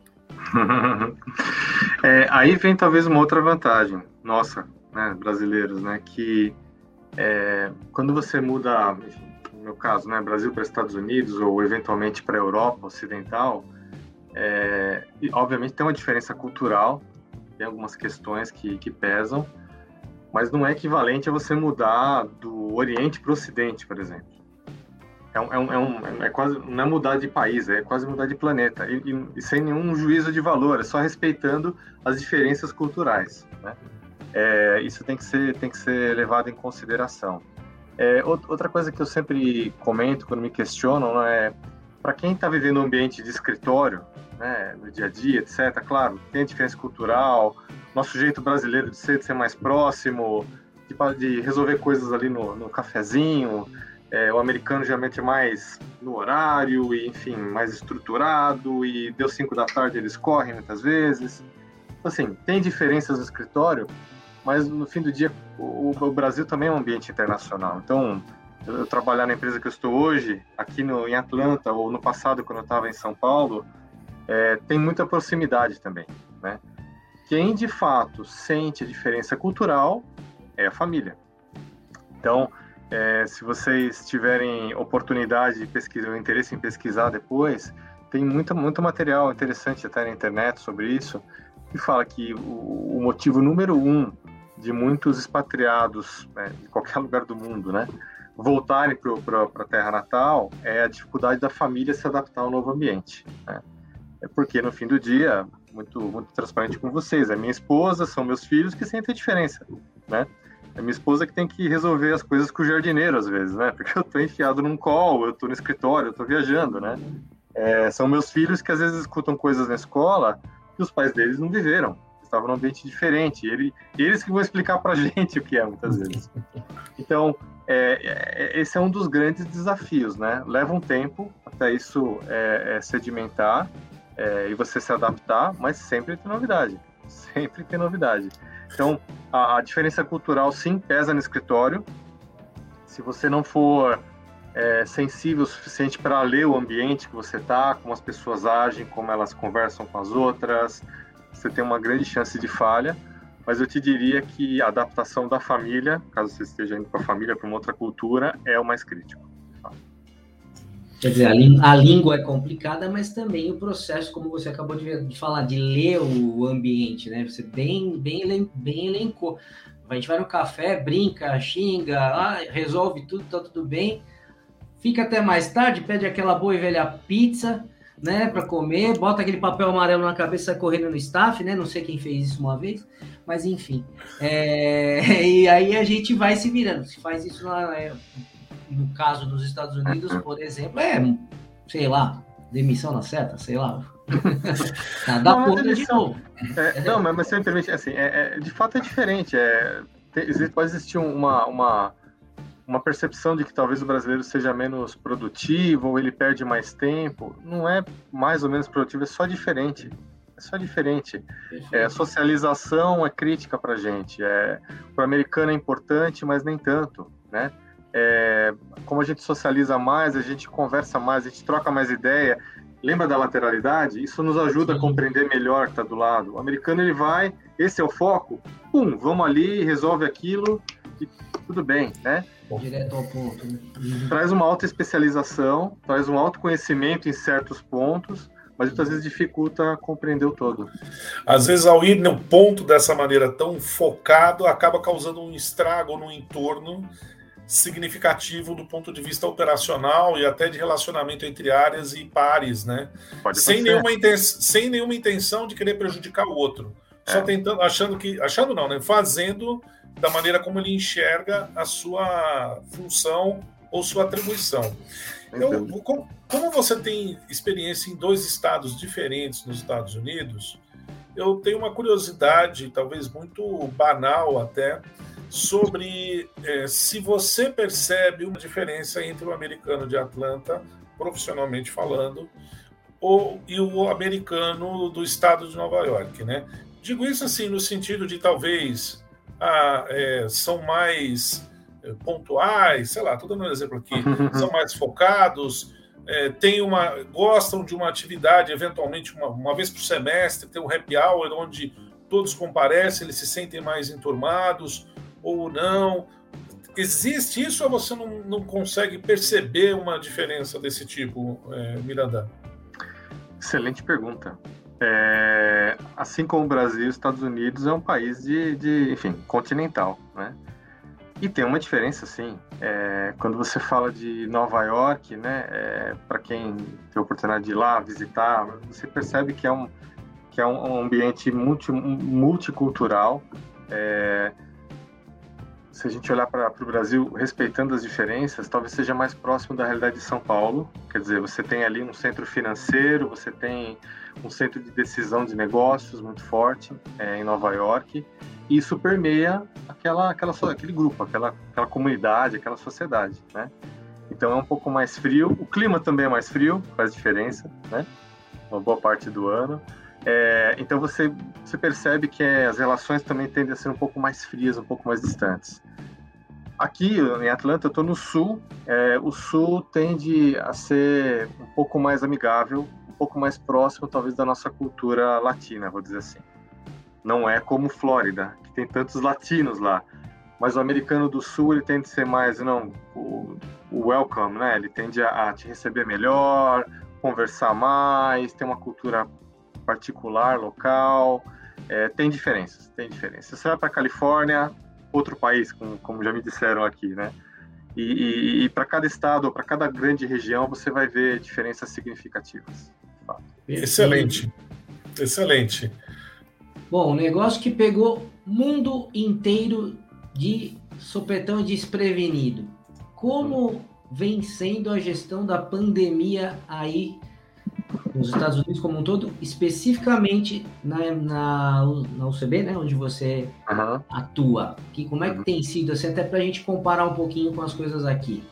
Aí vem talvez uma outra vantagem, nossa, né, brasileiros, né, que quando você muda, enfim, no meu caso, né, Brasil para Estados Unidos ou eventualmente para a Europa Ocidental, e, obviamente tem uma diferença cultural, tem algumas questões que pesam, mas não é equivalente a você mudar do Oriente para o Ocidente, por exemplo. Quase, não é mudar de país, é quase mudar de planeta, e sem nenhum juízo de valor, é só respeitando as diferenças culturais, né? Isso tem que ser levado em consideração. Outra coisa que eu sempre comento quando me questionam, né, para quem está vivendo um ambiente de escritório, né, no dia a dia, etc., claro, tem a diferença cultural, nosso jeito brasileiro de ser mais próximo, de resolver coisas ali no cafezinho, o americano geralmente é mais no horário, e, enfim, mais estruturado, e deu 5 da tarde eles correm muitas vezes. Assim, tem diferenças no escritório, mas no fim do dia o Brasil também é um ambiente internacional. Então, eu trabalhar na empresa que eu estou hoje, aqui em Atlanta, ou no passado, quando eu estava em São Paulo, tem muita proximidade também, né? Quem, de fato, sente a diferença cultural é a família. Então, se vocês tiverem oportunidade de pesquisar, ou interesse em pesquisar depois, tem muito material interessante até na internet sobre isso, que fala que o motivo número 1 de muitos expatriados, né, de qualquer lugar do mundo, né, voltarem para a terra natal é a dificuldade da família se adaptar ao novo ambiente, né? Porque no fim do dia, muito transparente com vocês, a minha esposa, são meus filhos que sentem a diferença, né? É minha esposa que tem que resolver as coisas com o jardineiro às vezes, né? Porque eu estou enfiado num call, eu estou no escritório, eu estou viajando, né? São meus filhos que às vezes escutam coisas na escola que os pais deles não viveram, estavam num ambiente diferente, eles que vão explicar pra gente o que é, muitas vezes. Então, esse é um dos grandes desafios, né? Leva um tempo até isso sedimentar e você se adaptar, mas sempre tem novidade, Então, a diferença cultural, sim, pesa no escritório. Se você não for sensível o suficiente para ler o ambiente que você está, como as pessoas agem, como elas conversam com as outras, você tem uma grande chance de falha, mas eu te diria que a adaptação da família, caso você esteja indo com a família para uma outra cultura, é o mais crítico. Quer dizer, a língua é complicada, mas também o processo, como você acabou de falar, de ler o ambiente, né? Você bem elencou. A gente vai no café, brinca, xinga, resolve tudo, tá tudo bem. Fica até mais tarde, pede aquela boa e velha pizza, né, para comer, bota aquele papel amarelo na cabeça e sai correndo no staff, né? Não sei quem fez isso uma vez, mas enfim. E aí a gente vai se virando. Se faz isso no caso dos Estados Unidos, por exemplo, sei lá, demissão na certa, sei lá. Nada contra de novo. Não, mas você me permite, assim, de fato é diferente. Pode existir uma percepção de que talvez o brasileiro seja menos produtivo ou ele perde mais tempo. Não é mais ou menos produtivo, é só diferente. É só diferente. Socialização é crítica para a gente. Para o americano é importante, mas nem tanto, né? Como a gente socializa mais, a gente conversa mais, a gente troca mais ideia. Lembra da lateralidade? Isso nos ajuda a compreender melhor que está do lado. O americano, ele vai, esse é o foco, vamos ali, resolve aquilo e tudo bem, né? Direto ao ponto. Né? Traz uma alta especialização, traz um autoconhecimento em certos pontos, mas muitas vezes dificulta compreender o todo. Às vezes, ao ir no ponto dessa maneira tão focado, acaba causando um estrago no entorno significativo do ponto de vista operacional e até de relacionamento entre áreas e pares, né? Sem nenhuma intenção de querer prejudicar o outro. Só tentando, achando não, né? Fazendo da maneira como ele enxerga a sua função ou sua atribuição. Como você tem experiência em 2 estados diferentes nos Estados Unidos, eu tenho uma curiosidade, talvez muito banal até, sobre se você percebe uma diferença entre o americano de Atlanta, profissionalmente falando, e o americano do estado de Nova York, né? Digo isso assim no sentido de talvez são mais pontuais, sei lá, estou dando um exemplo aqui, são mais focados, gostam de uma atividade, eventualmente uma vez por semestre, tem um happy hour onde todos comparecem, eles se sentem mais enturmados, ou não? Existe isso ou você não consegue perceber uma diferença desse tipo, Miranda? Excelente pergunta. Assim como o Brasil, os Estados Unidos é um país enfim, continental, né? E tem uma diferença, sim. Quando você fala de Nova York, né? Para quem tem a oportunidade de ir lá visitar, você percebe que é um ambiente multicultural. Se a gente olhar para o Brasil, respeitando as diferenças, talvez seja mais próximo da realidade de São Paulo. Quer dizer, você tem ali um centro financeiro, você tem um centro de decisão de negócios muito forte em Nova York, e isso permeia aquele grupo, aquela comunidade, aquela sociedade, né? Então é um pouco mais frio, o clima também é mais frio, faz diferença, né? Uma boa parte do ano. Então você percebe que as relações também tendem a ser um pouco mais frias, um pouco mais distantes. Aqui em Atlanta, eu estou no sul. O sul tende a ser um pouco mais amigável, um pouco mais próximo, talvez, da nossa cultura latina, vou dizer assim. Não é como Flórida, que tem tantos latinos lá. Mas o americano do sul, ele tende a ser mais, o welcome, né? Ele tende a te receber melhor, conversar mais, ter uma cultura particular, local. Tem diferenças. Você vai para a Califórnia, outro país, como já me disseram aqui, né? E para cada estado, ou para cada grande região, você vai ver diferenças significativas. Excelente. Bom, um negócio que pegou mundo inteiro de sopetão desprevenido. Como vem sendo a gestão da pandemia aí nos Estados Unidos como um todo, especificamente na UCB, né, onde você atua? Como é que tem sido, assim, até para a gente comparar um pouquinho com as coisas aqui?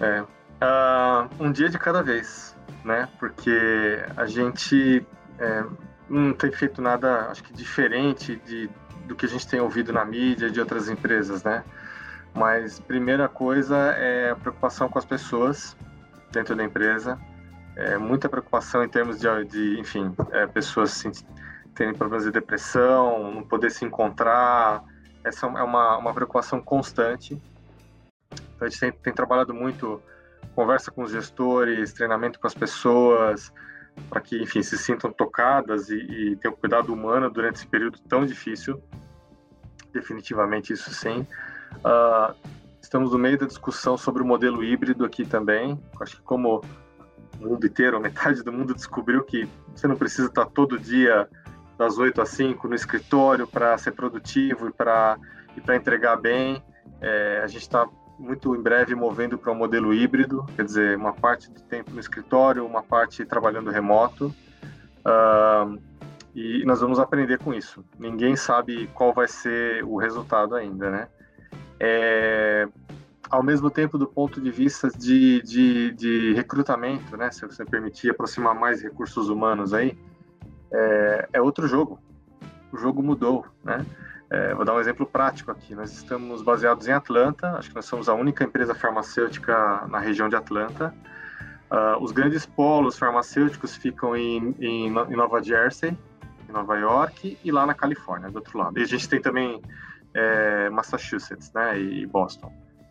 Um dia de cada vez, né? Porque a gente não tem feito nada, acho que diferente do que a gente tem ouvido na mídia de outras empresas, né? Mas primeira coisa é a preocupação com as pessoas dentro da empresa. Muita preocupação em termos de enfim, pessoas assim, terem problemas de depressão, não poder se encontrar. Essa é uma preocupação constante. Então a gente tem trabalhado muito, conversa com os gestores, treinamento com as pessoas, para que, enfim, se sintam tocadas e tenham cuidado humano durante esse período tão difícil. Definitivamente isso sim. Estamos no meio da discussão sobre o modelo híbrido aqui também. Acho que como o mundo inteiro, metade do mundo descobriu que você não precisa estar todo dia das 8 às 5 no escritório para ser produtivo e para entregar bem. A gente está muito em breve movendo para um modelo híbrido, quer dizer, uma parte do tempo no escritório, uma parte trabalhando remoto. E nós vamos aprender com isso. Ninguém sabe qual vai ser o resultado ainda, né? Ao mesmo tempo, do ponto de vista de recrutamento, né? Se você permitir aproximar mais recursos humanos aí, é outro jogo. O jogo mudou, né? Vou dar um exemplo prático aqui. Nós estamos baseados em Atlanta. Acho que nós somos a única empresa farmacêutica na região de Atlanta. Os grandes polos farmacêuticos ficam em Nova Jersey, em Nova York e lá na Califórnia, do outro lado. E a gente tem também Massachusetts, né? E Boston.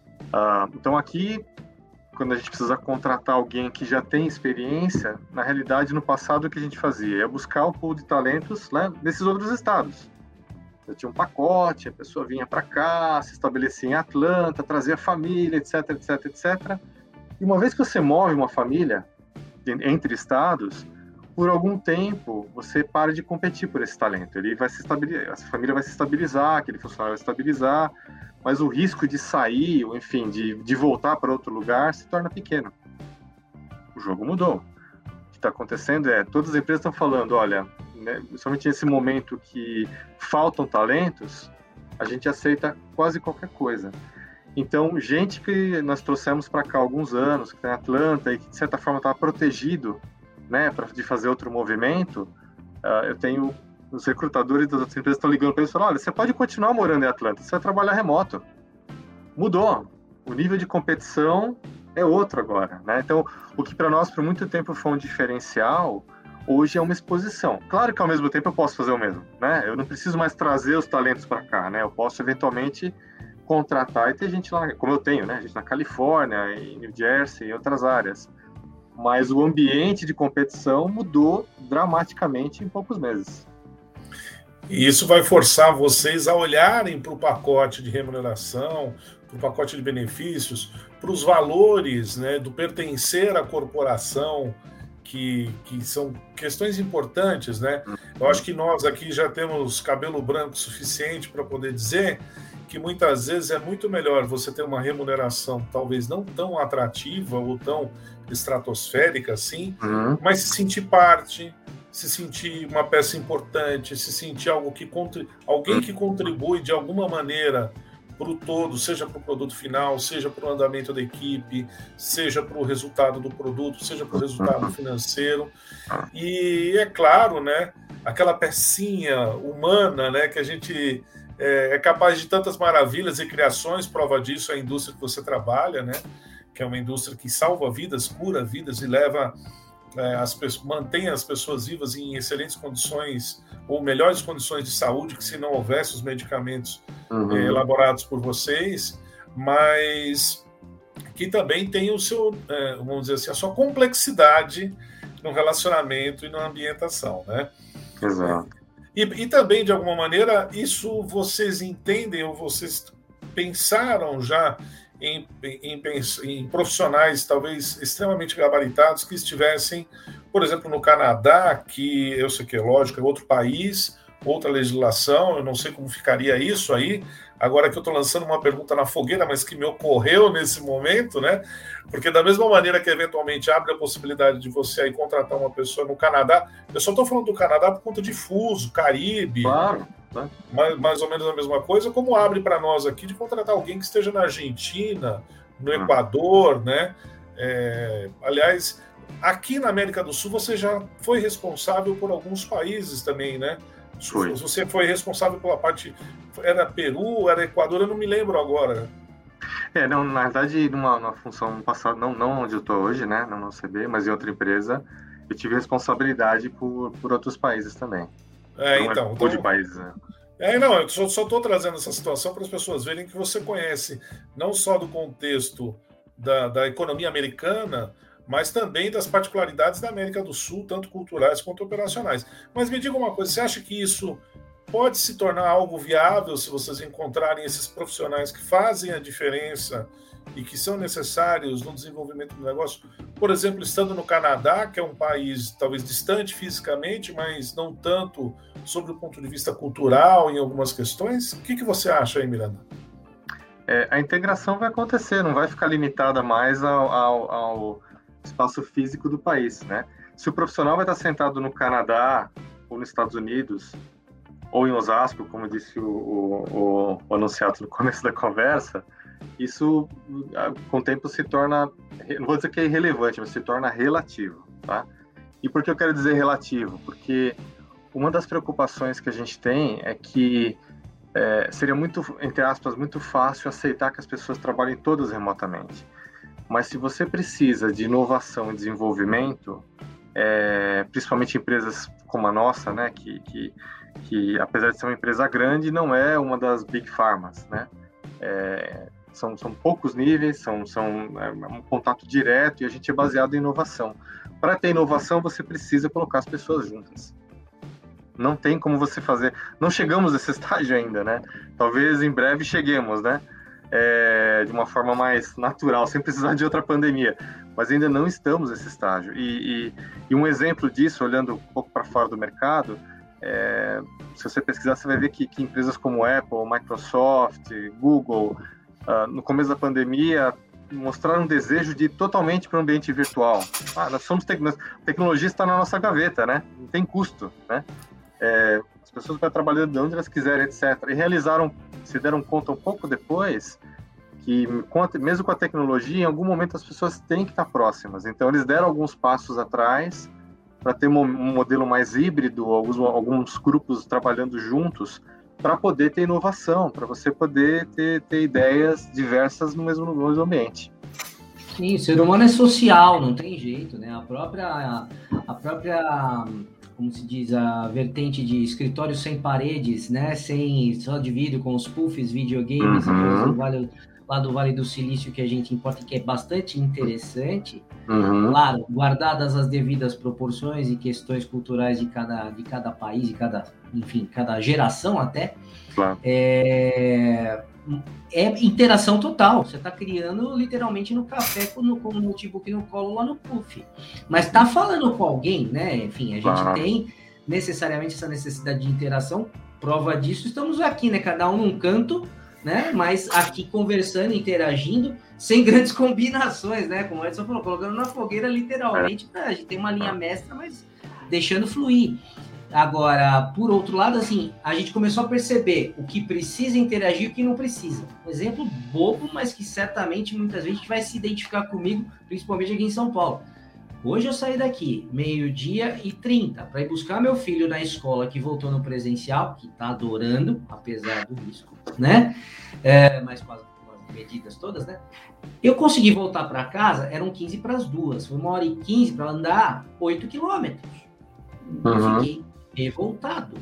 Então aqui, quando a gente precisa contratar alguém que já tem experiência, na realidade, no passado, o que a gente fazia? É buscar o pool de talentos, né, nesses outros estados. Eu tinha um pacote, a pessoa vinha para cá, se estabelecia em Atlanta, trazia a família, etc, etc, etc. E uma vez que você move uma família entre estados, por algum tempo, você para de competir por esse talento. Ele vai se estabilizar, a família vai se estabilizar, aquele funcionário vai se estabilizar, mas o risco de sair, ou enfim, de voltar para outro lugar, se torna pequeno. O jogo mudou. O que está acontecendo todas as empresas estão falando, olha, né, somente nesse momento que faltam talentos, a gente aceita quase qualquer coisa. Então, gente que nós trouxemos para cá há alguns anos, que está em Atlanta e que, de certa forma, estava protegido, né, de fazer outro movimento, eu tenho... Os recrutadores das outras empresas estão ligando para eles e falando, olha, você pode continuar morando em Atlanta, você vai trabalhar remoto. Mudou. O nível de competição é outro agora, né? Então, o que para nós, por muito tempo, foi um diferencial, hoje é uma exposição. Claro que, ao mesmo tempo, eu posso fazer o mesmo, né? Eu não preciso mais trazer os talentos para cá, né? Eu posso, eventualmente, contratar e ter gente lá, como eu tenho, né? Gente na Califórnia, em New Jersey, em outras áreas. Mas o ambiente de competição mudou dramaticamente em poucos meses. E isso vai forçar vocês a olharem para o pacote de remuneração, para o pacote de benefícios, para os valores, né, do pertencer à corporação, que são questões importantes, né? Eu acho que nós aqui já temos cabelo branco suficiente para poder dizer que muitas vezes é muito melhor você ter uma remuneração talvez não tão atrativa ou tão estratosférica assim, mas se sentir parte, se sentir uma peça importante, se sentir alguém que contribui de alguma maneira para o todo, seja para o produto final, seja para o andamento da equipe, seja para o resultado do produto, seja para o resultado financeiro. E é claro, né, aquela pecinha humana, né, que a gente é capaz de tantas maravilhas e criações, prova disso é a indústria que você trabalha, né, que é uma indústria que salva vidas, cura vidas e leva mantém as pessoas vivas em excelentes condições ou melhores condições de saúde que se não houvesse os medicamentos elaborados por vocês, mas que também tem o seu, vamos dizer assim, a sua complexidade no relacionamento e na ambientação, né? Exato. E também, de alguma maneira, isso vocês entendem ou vocês pensaram já em profissionais talvez extremamente gabaritados que estivessem, por exemplo, no Canadá, que eu sei que é lógico, é outro país, outra legislação, eu não sei como ficaria isso aí, agora que eu estou lançando uma pergunta na fogueira, mas que me ocorreu nesse momento, né? Porque da mesma maneira que eventualmente abre a possibilidade de você aí contratar uma pessoa no Canadá, eu só estou falando do Canadá por conta de fuso, Caribe, claro. Mais ou menos a mesma coisa, como abre para nós aqui de contratar alguém que esteja na Argentina, no Equador, né? Aliás, aqui na América do Sul você já foi responsável por alguns países também, né? Você foi responsável pela parte... Era Peru, era Equador, eu não me lembro agora. Não, na verdade, numa função passada, não onde eu estou hoje, né? Não no CB, mas em outra empresa, eu tive responsabilidade por outros países também. Então de países, né? Eu só estou trazendo essa situação para as pessoas verem que você conhece não só do contexto da economia americana, mas também das particularidades da América do Sul, tanto culturais quanto operacionais. Mas me diga uma coisa, você acha que isso pode se tornar algo viável se vocês encontrarem esses profissionais que fazem a diferença e que são necessários no desenvolvimento do negócio? Por exemplo, estando no Canadá, que é um país talvez distante fisicamente, mas não tanto sobre o ponto de vista cultural em algumas questões. O que você acha aí, Miranda? A integração vai acontecer, não vai ficar limitada mais ao espaço físico do país, né? Se o profissional vai estar sentado no Canadá ou nos Estados Unidos, ou em Osasco, como disse o anunciado no começo da conversa, isso com o tempo se torna, não vou dizer que é irrelevante, mas se torna relativo, tá? E por que eu quero dizer relativo? Porque uma das preocupações que a gente tem é que seria muito, entre aspas, muito fácil aceitar que as pessoas trabalhem todas remotamente. Mas se você precisa de inovação e desenvolvimento, principalmente empresas como a nossa, né, que apesar de ser uma empresa grande, não é uma das big pharmas, né? São poucos níveis, são um contato direto e a gente é baseado em inovação. Para ter inovação, você precisa colocar as pessoas juntas. Não tem como você fazer. Não chegamos nesse estágio ainda, né? Talvez em breve cheguemos, né? De uma forma mais natural, sem precisar de outra pandemia. Mas ainda não estamos nesse estágio. E um exemplo disso, olhando um pouco para fora do mercado, se você pesquisar, você vai ver que empresas como Apple, Microsoft, Google, no começo da pandemia, mostraram um desejo de ir totalmente para o ambiente virtual. Nós somos tecnologia está na nossa gaveta, né? Não tem custo, né? As pessoas vão trabalhando de onde elas quiserem, etc. E se deram conta um pouco depois que, mesmo com a tecnologia, em algum momento as pessoas têm que estar próximas. Então, eles deram alguns passos atrás para ter um modelo mais híbrido, alguns grupos trabalhando juntos, para poder ter inovação, para você poder ter ideias diversas no mesmo ambiente. Sim, o ser humano é social, não tem jeito, né? A própria, como se diz, a vertente de escritório sem paredes, né? Só de vidro, com os puffs, videogames, lá do Vale do Silício, que a gente importa, que é bastante interessante. Claro, guardadas as devidas proporções e questões culturais de cada país, cada geração até. Claro. É interação total. Você está criando literalmente no café com o notebook no colo lá no puff. Mas está falando com alguém, né? Enfim, a gente tem necessariamente essa necessidade de interação. Prova disso, estamos aqui, né? Cada um num canto, né? Mas aqui conversando, interagindo, sem grandes combinações, né? Como o Edson falou, colocando na fogueira literalmente. A gente tem uma linha mestra, mas deixando fluir. Agora, por outro lado, assim, a gente começou a perceber o que precisa interagir e o que não precisa. Um exemplo bobo, mas que certamente muitas vezes a gente vai se identificar comigo, principalmente aqui em São Paulo. Hoje eu saí daqui, 12h30, para ir buscar meu filho na escola que voltou no presencial, que está adorando, apesar do risco, né? Mas com as medidas todas, né? Eu consegui voltar para casa, eram 11h45, foi 1h15 para andar 8 quilômetros. Eu fiquei revoltado.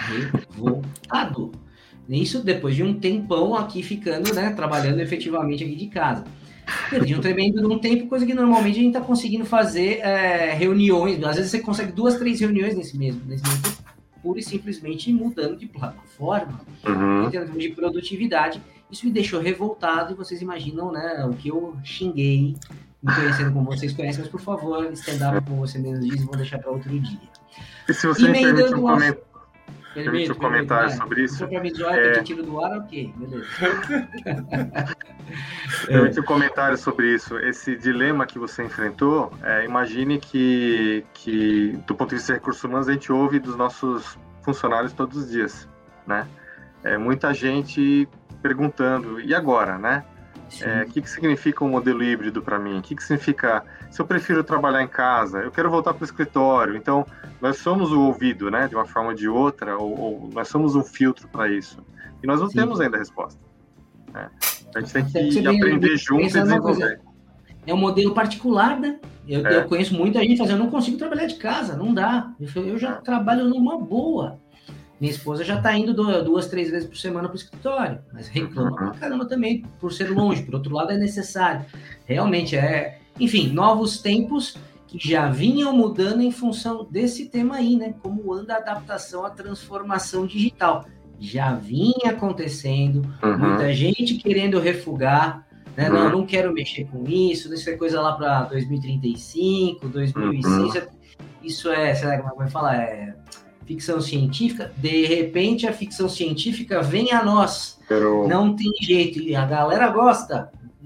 Isso depois de um tempão aqui ficando, né, trabalhando efetivamente aqui de casa. Perdi um tremendo num tempo, coisa que normalmente a gente está conseguindo fazer reuniões. Às vezes você consegue 2, 3 reuniões nesse mesmo tempo, pura e simplesmente mudando de plataforma, em termos de produtividade. Isso me deixou revoltado e vocês imaginam, né, o que eu xinguei, me conhecendo como vocês conhecem, mas por favor, stand-up, como você mesmo diz, vou deixar para outro dia. E se você me permite um comentário sobre isso... Se for para me zoar, eu tiro do ar, ok, beleza. Permite um comentário sobre isso. Esse dilema que você enfrentou, imagine que, do ponto de vista de recursos humanos, a gente ouve dos nossos funcionários todos os dias, né? Muita gente perguntando, e agora, né? O que significa um modelo híbrido para mim? O que significa, se eu prefiro trabalhar em casa, eu quero voltar para o escritório? Então, nós somos o ouvido, né, de uma forma ou de outra, ou nós somos um filtro para isso. E nós não temos ainda a resposta. Né? A gente tem que aprender junto e desenvolver. É um modelo particular, né? Eu conheço muita gente fazendo, eu não consigo trabalhar de casa, não dá. Eu já trabalho numa boa. Minha esposa já está indo 2, 3 vezes por semana para o escritório, mas reclama pra caramba também, por ser longe. Por outro lado, é necessário. Realmente enfim, novos tempos que já vinham mudando em função desse tema aí, né? Como anda a adaptação à transformação digital. Já vinha acontecendo, muita gente querendo refugar, né? Não quero mexer com isso é coisa lá para 2035, 2006. Isso sei lá como é que fala? Ficção científica. De repente, a ficção científica vem a nós. Não tem jeito, e a galera gosta.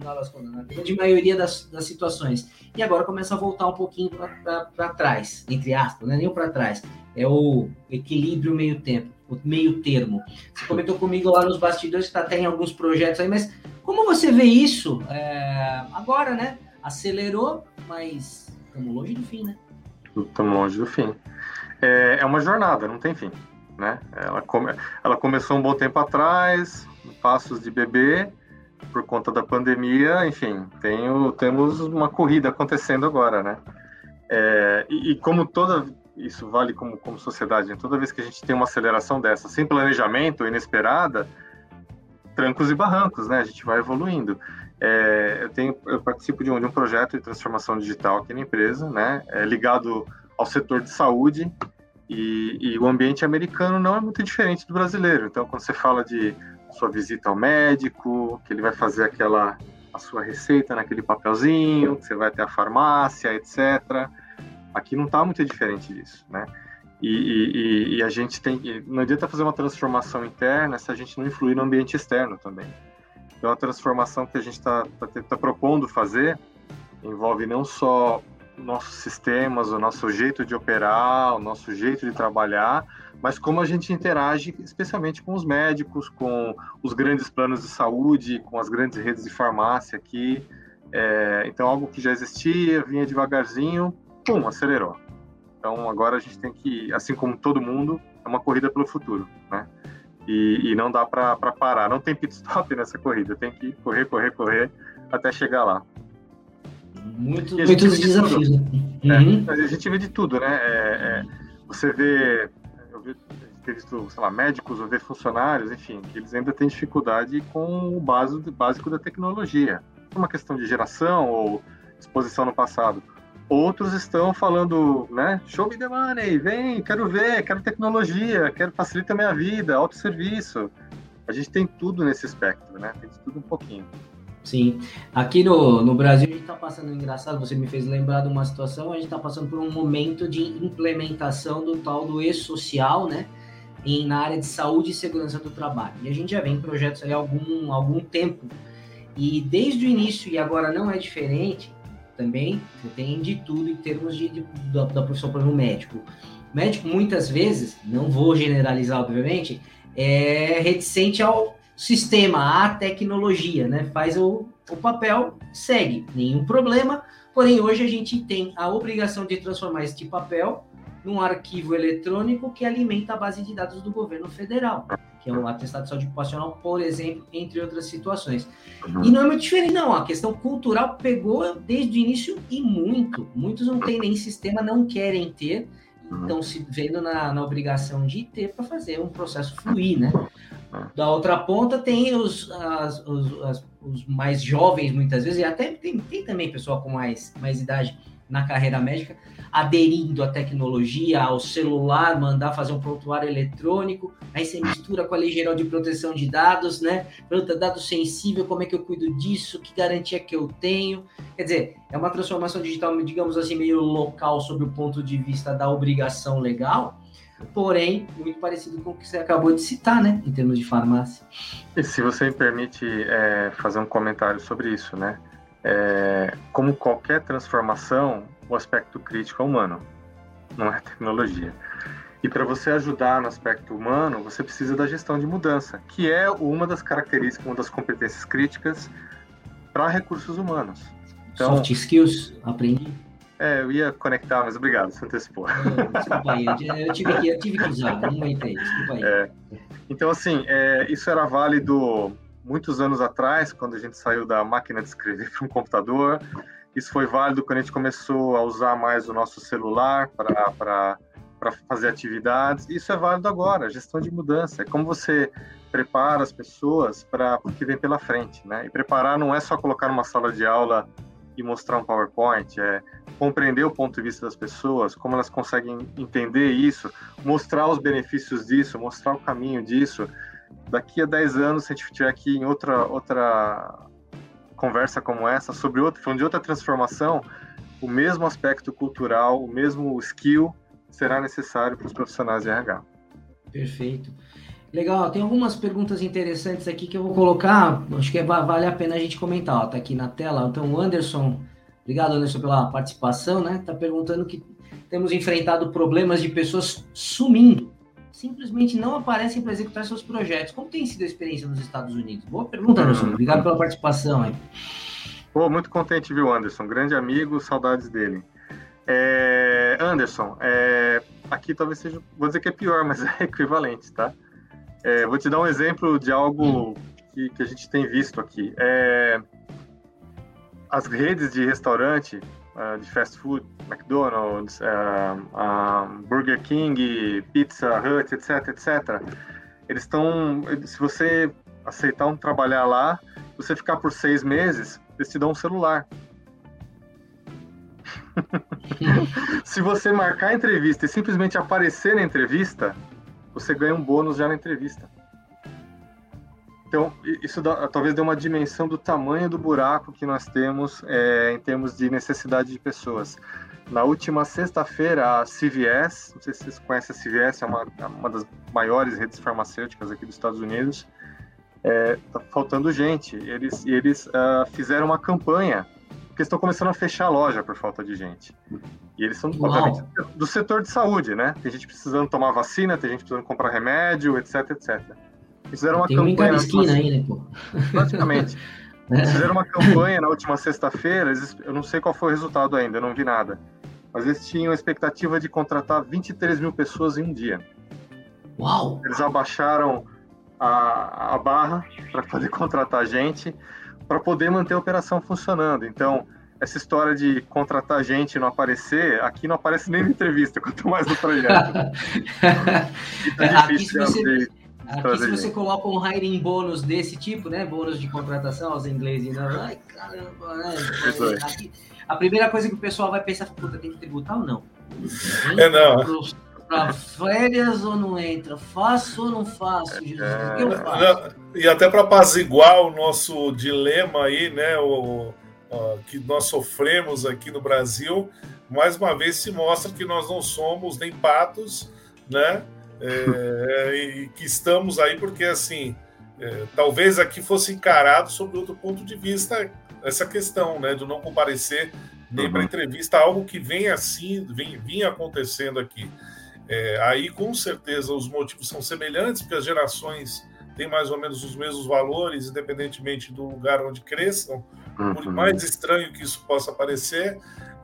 final das contas, na grande maioria das situações. E agora começa a voltar um pouquinho para trás, entre aspas, não é nem para trás, é o equilíbrio meio termo. Você comentou comigo lá nos bastidores que até em alguns projetos aí, mas como você vê isso agora, né? Acelerou, mas estamos longe do fim, né? Estamos longe do fim. É uma jornada, não tem fim, né? Ela começou um bom tempo atrás, passos de bebê, por conta da pandemia, enfim, temos uma corrida acontecendo agora, né? E como isso vale como sociedade, né? Toda vez que a gente tem uma aceleração dessa, sem planejamento, inesperada, trancos e barrancos, né? A gente vai evoluindo. Eu participo de um projeto de transformação digital aqui na empresa, né? Ligado ao setor de saúde, e o ambiente americano não é muito diferente do brasileiro. Então, quando você fala de sua visita ao médico, que ele vai fazer a sua receita naquele papelzinho, que você vai até a farmácia, etc. Aqui não está muito diferente disso, né? E a gente não adianta fazer uma transformação interna se a gente não influir no ambiente externo também. Então, a transformação que a gente está propondo fazer envolve não só nossos sistemas, o nosso jeito de operar, o nosso jeito de trabalhar, mas como a gente interage, especialmente com os médicos, com os grandes planos de saúde, com as grandes redes de farmácia aqui. Então, algo que já existia, vinha devagarzinho, acelerou. Então, agora a gente tem que, assim como todo mundo, é uma corrida pelo futuro, né? E não dá para parar, não tem pit stop nessa corrida, tem que correr até chegar lá. Muitos desafios. A gente vê de tudo, né? Você vê, eu tenho visto, sei lá, médicos ou ver funcionários, enfim, que eles ainda têm dificuldade com o básico da tecnologia. É uma questão de geração ou exposição no passado. Outros estão falando, né? Show me the money, vem, quero ver, quero tecnologia, quero facilitar a minha vida, autosserviço. A gente tem tudo nesse espectro, né? Tem de tudo um pouquinho. Sim. Aqui no Brasil, a gente está passando, engraçado, você me fez lembrar de uma situação, a gente está passando por um momento de implementação do tal do e-social, né? Na área de saúde e segurança do trabalho. E a gente já vem em projetos aí há algum tempo. E desde o início, e agora não é diferente, também tem de tudo em termos da profissão, por exemplo, médico. O médico, muitas vezes, não vou generalizar, obviamente, é reticente ao sistema, à tecnologia, né? Faz o papel, segue, nenhum problema. Porém, hoje a gente tem a obrigação de transformar este papel num arquivo eletrônico que alimenta a base de dados do governo federal, que é o atestado de saúde ocupacional, por exemplo, entre outras situações. E não é muito diferente, não. A questão cultural pegou desde o início e muitos não têm nem sistema, não querem ter, estão se vendo na obrigação de ter para fazer um processo fluir, né? Da outra ponta tem os mais jovens, muitas vezes, e até tem também pessoal com mais idade na carreira médica, aderindo à tecnologia, ao celular, mandar fazer um prontuário eletrônico, aí você mistura com a Lei Geral de Proteção de Dados, né? Dado sensível, como é que eu cuido disso? Que garantia que eu tenho? Quer dizer, é uma transformação digital, digamos assim, meio local, sob o ponto de vista da obrigação legal, porém, muito parecido com o que você acabou de citar, né? Em termos de farmácia. E se você me permite fazer um comentário sobre isso, né? Como qualquer transformação, o aspecto crítico é humano, não é tecnologia. E para você ajudar no aspecto humano, você precisa da gestão de mudança, que é uma das características, uma das competências críticas para recursos humanos. Então, soft skills, aprendi. Eu ia conectar, mas obrigado, você antecipou. Desculpa aí, eu tive que usar, não aguentei, desculpa aí. Então, assim, isso era válido muitos anos atrás, quando a gente saiu da máquina de escrever para um computador. Isso foi válido quando a gente começou a usar mais o nosso celular para fazer atividades. Isso é válido agora, gestão de mudança. É como você prepara as pessoas para o que vem pela frente, né? E preparar não é só colocar numa sala de aula e mostrar um PowerPoint, é compreender o ponto de vista das pessoas, como elas conseguem entender isso, mostrar os benefícios disso, mostrar o caminho disso. Daqui a 10 anos, se a gente estiver aqui em outra conversa como essa, falando de outra transformação, o mesmo aspecto cultural, o mesmo skill será necessário para os profissionais de RH. Perfeito. Legal, tem algumas perguntas interessantes aqui que eu vou colocar, acho que vale a pena a gente comentar, ó, tá aqui na tela. Então, o Anderson, obrigado, Anderson, pela participação, né? Tá perguntando que temos enfrentado problemas de pessoas sumindo, simplesmente não aparecem para executar seus projetos. Como tem sido a experiência nos Estados Unidos? Boa pergunta, Anderson, obrigado pela participação aí. Pô, muito contente, viu, Anderson? Grande amigo, saudades dele. Anderson, aqui talvez seja, vou dizer que é pior, mas é equivalente, tá? Vou te dar um exemplo de algo que a gente tem visto aqui. As redes de restaurante, de fast food, McDonald's, Burger King, Pizza Hut, etc. Eles estão, se você aceitar trabalhar lá, você ficar por 6 meses, eles te dão um celular. Se você marcar a entrevista e simplesmente aparecer na entrevista, você ganha um bônus já na entrevista. Então, isso talvez dê uma dimensão do tamanho do buraco que nós temos em termos de necessidade de pessoas. Na última sexta-feira, a CVS, não sei se vocês conhecem a CVS, é uma das maiores redes farmacêuticas aqui dos Estados Unidos, tá faltando gente. Eles fizeram uma campanha, porque estão começando a fechar a loja por falta de gente. E eles são, obviamente, do setor de saúde, né? Tem gente precisando tomar vacina, tem gente precisando comprar remédio, etc. Fizeram uma campanha. Tem um em cada esquina aí, né, pô? Praticamente. Eles fizeram uma campanha na última sexta-feira, eu não sei qual foi o resultado ainda, eu não vi nada. Mas eles tinham a expectativa de contratar 23 mil pessoas em um dia. Uau! Eles abaixaram a barra para poder contratar gente, para poder manter a operação funcionando. Então, essa história de contratar gente e não aparecer, aqui não aparece nem na entrevista, quanto mais no projeto. Aqui, se você coloca um hiring bônus desse tipo, né? Bônus de contratação aos ingleses, não. Ai, caramba, né? Aqui, a primeira coisa que o pessoal vai pensar, puta, tem que tributar ou não? Não. Para férias ou não entra? Faço ou não faço? Jesus, o que eu faço? E até para apaziguar o nosso dilema aí, né? Que nós sofremos aqui no Brasil, mais uma vez se mostra que nós não somos nem patos, né? E que estamos aí porque, assim, talvez aqui fosse encarado sob outro ponto de vista essa questão, né, de não comparecer nem para entrevista, algo que vinha acontecendo aqui. Aí, com certeza, os motivos são semelhantes, porque as gerações têm mais ou menos os mesmos valores, independentemente do lugar onde cresçam, por mais estranho que isso possa parecer,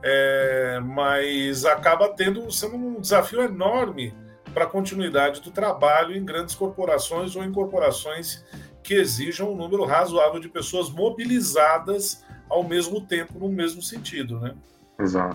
mas acaba sendo um desafio enorme para a continuidade do trabalho em grandes corporações ou em corporações que exijam um número razoável de pessoas mobilizadas ao mesmo tempo, no mesmo sentido, né? Exato.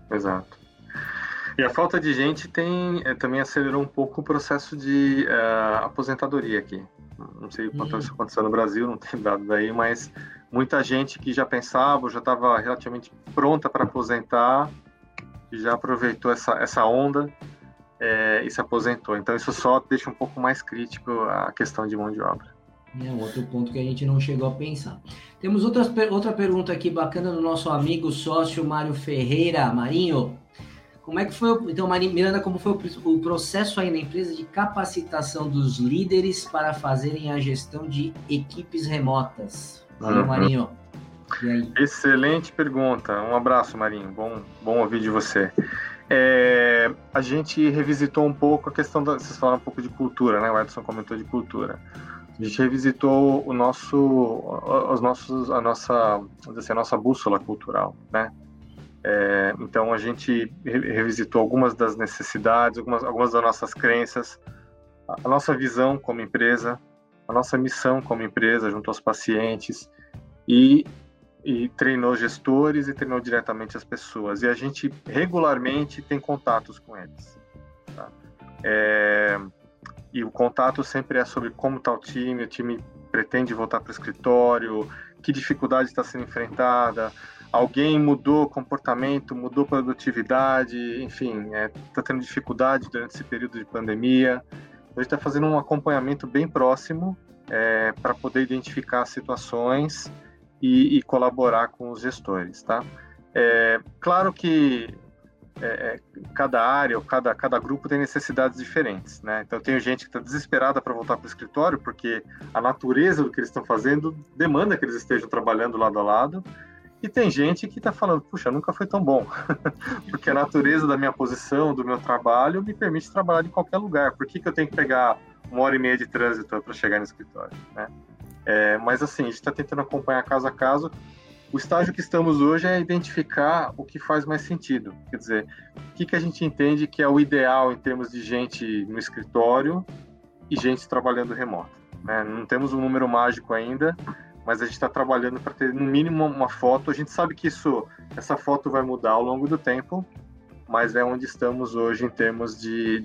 E a falta de gente também acelerou um pouco o processo de aposentadoria aqui. Não sei quanto isso aconteceu no Brasil, não tem dado daí, mas muita gente que já pensava, já estava relativamente pronta para aposentar, já aproveitou essa onda e se aposentou. Então isso só deixa um pouco mais crítico a questão de mão de obra. Um outro ponto que a gente não chegou a pensar. Temos outra pergunta aqui bacana do nosso amigo sócio Mário Ferreira. Marinho, como é que foi, então, Miranda, como foi o processo aí na empresa de capacitação dos líderes para fazerem a gestão de equipes remotas? Valeu, Marinho. E aí? Excelente pergunta. Um abraço, Marinho. Bom ouvir de você. A gente revisitou um pouco a questão vocês falaram um pouco de cultura, né? O Edson comentou de cultura. A gente revisitou a nossa bússola cultural, né? Então a gente revisitou algumas das necessidades, algumas das nossas crenças, a nossa visão como empresa, a nossa missão como empresa junto aos pacientes e treinou gestores e treinou diretamente as pessoas. E a gente regularmente tem contatos com eles. Tá? E o contato sempre é sobre como está o time pretende voltar para o escritório, que dificuldade está sendo enfrentada, alguém mudou comportamento, mudou produtividade, enfim, está tendo dificuldade durante esse período de pandemia. A gente está fazendo um acompanhamento bem próximo para poder identificar situações e colaborar com os gestores, tá? Claro que cada área ou cada grupo tem necessidades diferentes, né? Então, tem gente que está desesperada para voltar para o escritório porque a natureza do que eles estão fazendo demanda que eles estejam trabalhando lado a lado. E tem gente que está falando, puxa, nunca foi tão bom, porque a natureza da minha posição, do meu trabalho, me permite trabalhar em qualquer lugar. Por que eu tenho que pegar 1h30 de trânsito para chegar no escritório, né? Mas assim, a gente está tentando acompanhar caso a caso. O estágio que estamos hoje é identificar o que faz mais sentido. Quer dizer, o que a gente entende que é o ideal em termos de gente no escritório e gente trabalhando remoto, né? Não temos um número mágico ainda, mas a gente está trabalhando para ter no mínimo uma foto. A gente sabe que essa foto vai mudar ao longo do tempo, mas é onde estamos hoje em termos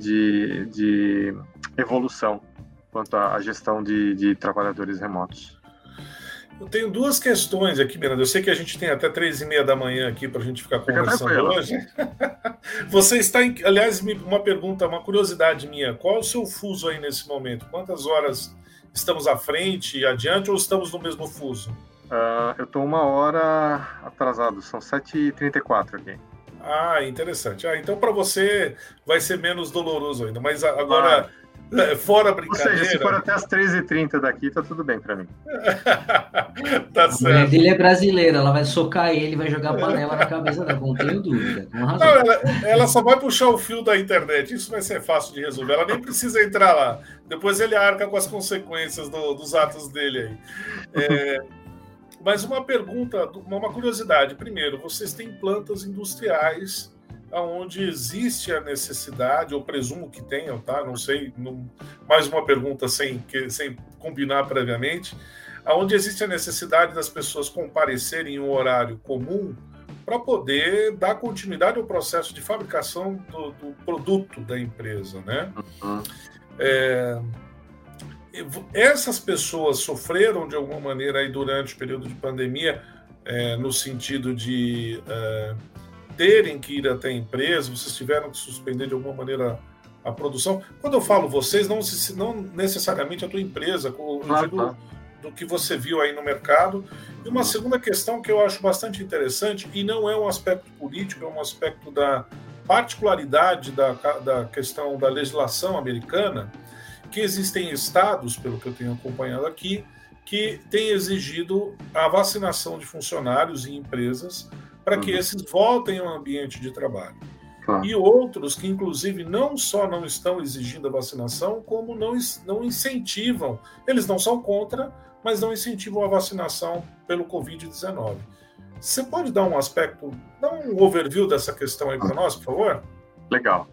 de evolução quanto à gestão de trabalhadores remotos. Eu tenho duas questões aqui, Miranda. Eu sei que a gente tem até 3h30 da manhã aqui para a gente ficar conversando hoje. Você está aliás, uma pergunta, uma curiosidade minha. Qual é o seu fuso aí nesse momento? Quantas horas estamos à frente e adiante ou estamos no mesmo fuso? Eu estou 1 hora atrasado, são 7h34 aqui. Ah, interessante. Então para você vai ser menos doloroso ainda, mas agora, fora a brincadeira... Ou seja, se for até as 13h30 daqui, tá tudo bem para mim. Tá certo. A mulher dele é brasileira, ela vai socar ele, vai jogar panela na cabeça dela, não tenho dúvida. Não, ela só vai puxar o fio da internet, isso vai ser fácil de resolver, ela nem precisa entrar lá. Depois ele arca com as consequências dos atos dele aí. Mas uma pergunta, uma curiosidade. Primeiro, vocês têm plantas industriais onde existe a necessidade, eu presumo que tenham, tá? Não sei, mais uma pergunta sem combinar previamente, onde existe a necessidade das pessoas comparecerem em um horário comum para poder dar continuidade ao processo de fabricação do produto da empresa, né? Uhum. Essas pessoas sofreram de alguma maneira aí durante o período de pandemia, no sentido de terem que ir até a empresa, vocês tiveram que suspender de alguma maneira a produção? Quando eu falo vocês, não necessariamente a tua empresa, eu digo do que você viu aí no mercado. E uma segunda questão que eu acho bastante interessante, e não é um aspecto político, é um aspecto da particularidade da questão da legislação americana, que existem estados, pelo que eu tenho acompanhado aqui, que têm exigido a vacinação de funcionários e empresas para que esses voltem ao ambiente de trabalho. Claro. E outros que, inclusive, não só não estão exigindo a vacinação, como não incentivam, eles não são contra, mas não incentivam a vacinação pelo Covid-19. Você pode dar um overview dessa questão aí para nós, por favor? Legal.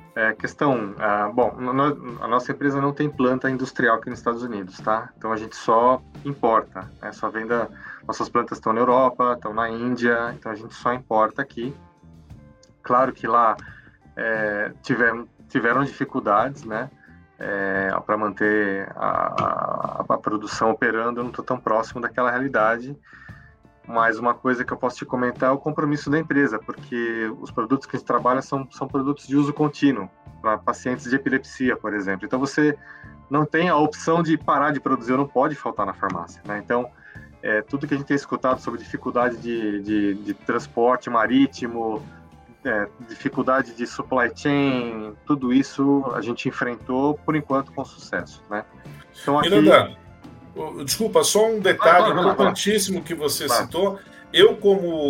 A nossa empresa não tem planta industrial aqui nos Estados Unidos, tá? Então a gente só importa, né? Só venda. Nossas plantas estão na Europa, estão na Índia, então a gente só importa aqui. Claro que lá tiveram dificuldades, né? Para manter a produção operando. Eu não estou tão próximo daquela realidade. Mas uma coisa que eu posso te comentar é o compromisso da empresa, porque os produtos que a gente trabalha são produtos de uso contínuo, para pacientes de epilepsia, por exemplo. Então, você não tem a opção de parar de produzir, não pode faltar na farmácia, né? Então, tudo que a gente tem escutado sobre dificuldade de transporte marítimo, dificuldade de supply chain, tudo isso a gente enfrentou, por enquanto, com sucesso, né? Então, aqui... Desculpa, só um detalhe importantíssimo que você citou. Eu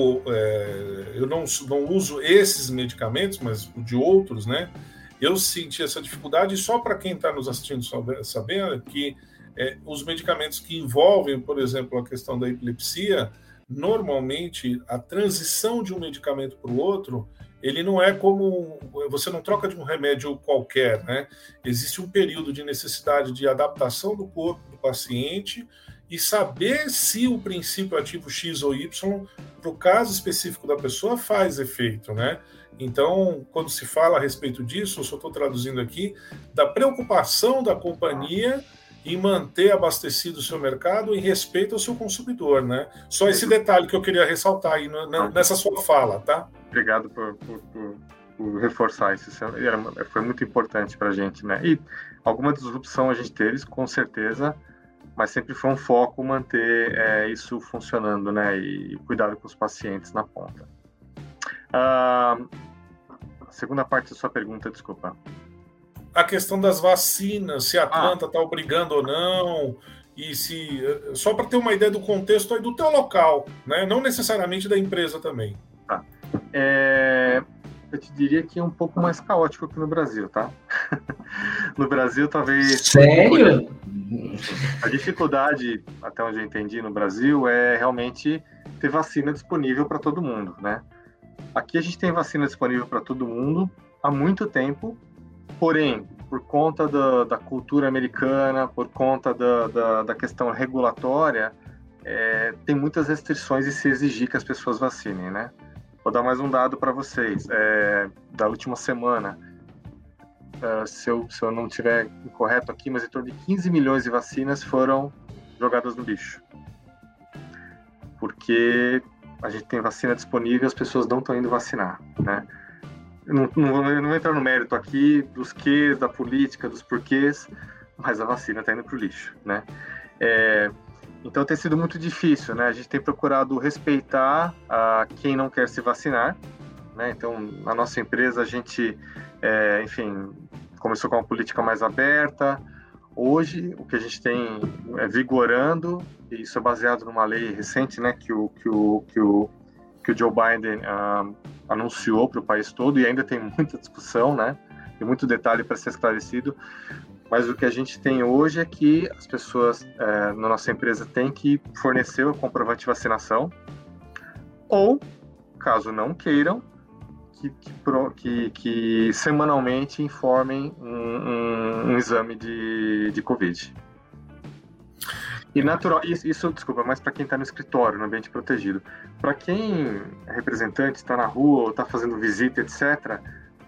não uso esses medicamentos, mas de outros, né? Eu senti essa dificuldade, e só para quem está nos assistindo saber que os medicamentos que envolvem, por exemplo, a questão da epilepsia, normalmente a transição de um medicamento para o outro, ele não é como... Você não troca de um remédio qualquer, né? Existe um período de necessidade de adaptação do corpo do paciente e saber se o princípio ativo X ou Y, para o caso específico da pessoa, faz efeito, né? Então, quando se fala a respeito disso, eu só estou traduzindo aqui, da preocupação da companhia em manter abastecido o seu mercado em respeito ao seu consumidor, né? Só esse detalhe que eu queria ressaltar aí nessa sua fala, tá? Obrigado por reforçar isso. Foi muito importante para a gente, né? E alguma disrupção a gente teve, com certeza, mas sempre foi um foco manter isso funcionando, né? E cuidado com os pacientes na ponta. segunda parte da sua pergunta, desculpa. A questão das vacinas, se a Atlanta está obrigando ou não, e se só para ter uma ideia do contexto aí do teu local, né? Não necessariamente da empresa também. Tá. Eu te diria que é um pouco mais caótico que no Brasil, tá? No Brasil, talvez... Sério? A dificuldade, até onde eu entendi, no Brasil, é realmente ter vacina disponível para todo mundo, né? Aqui a gente tem vacina disponível para todo mundo há muito tempo, porém, por conta da cultura americana, por conta da questão regulatória, tem muitas restrições em se exigir que as pessoas vacinem, né? Vou dar mais um dado para vocês, da última semana. Se eu não estiver incorreto aqui, mas em torno de 15 milhões de vacinas foram jogadas no lixo. Porque a gente tem vacina disponível e as pessoas não estão indo vacinar, né? Eu não vou entrar no mérito aqui dos quês, da política, dos porquês, mas a vacina está indo para o lixo, né? Então tem sido muito difícil, né? A gente tem procurado respeitar quem não quer se vacinar, né? Então, na nossa empresa, a gente, enfim, começou com uma política mais aberta. Hoje, o que a gente tem vigorando, e isso é baseado numa lei recente, né? Que o Joe Biden anunciou para o país todo, e ainda tem muita discussão, né? Tem muito detalhe para ser esclarecido. Mas o que a gente tem hoje é que as pessoas na nossa empresa têm que fornecer o comprovante de vacinação, ou, caso não queiram, que semanalmente informem um exame de Covid. E natural, isso, desculpa, mas para quem está no escritório, no ambiente protegido. Para quem é representante, está na rua ou está fazendo visita, etc.,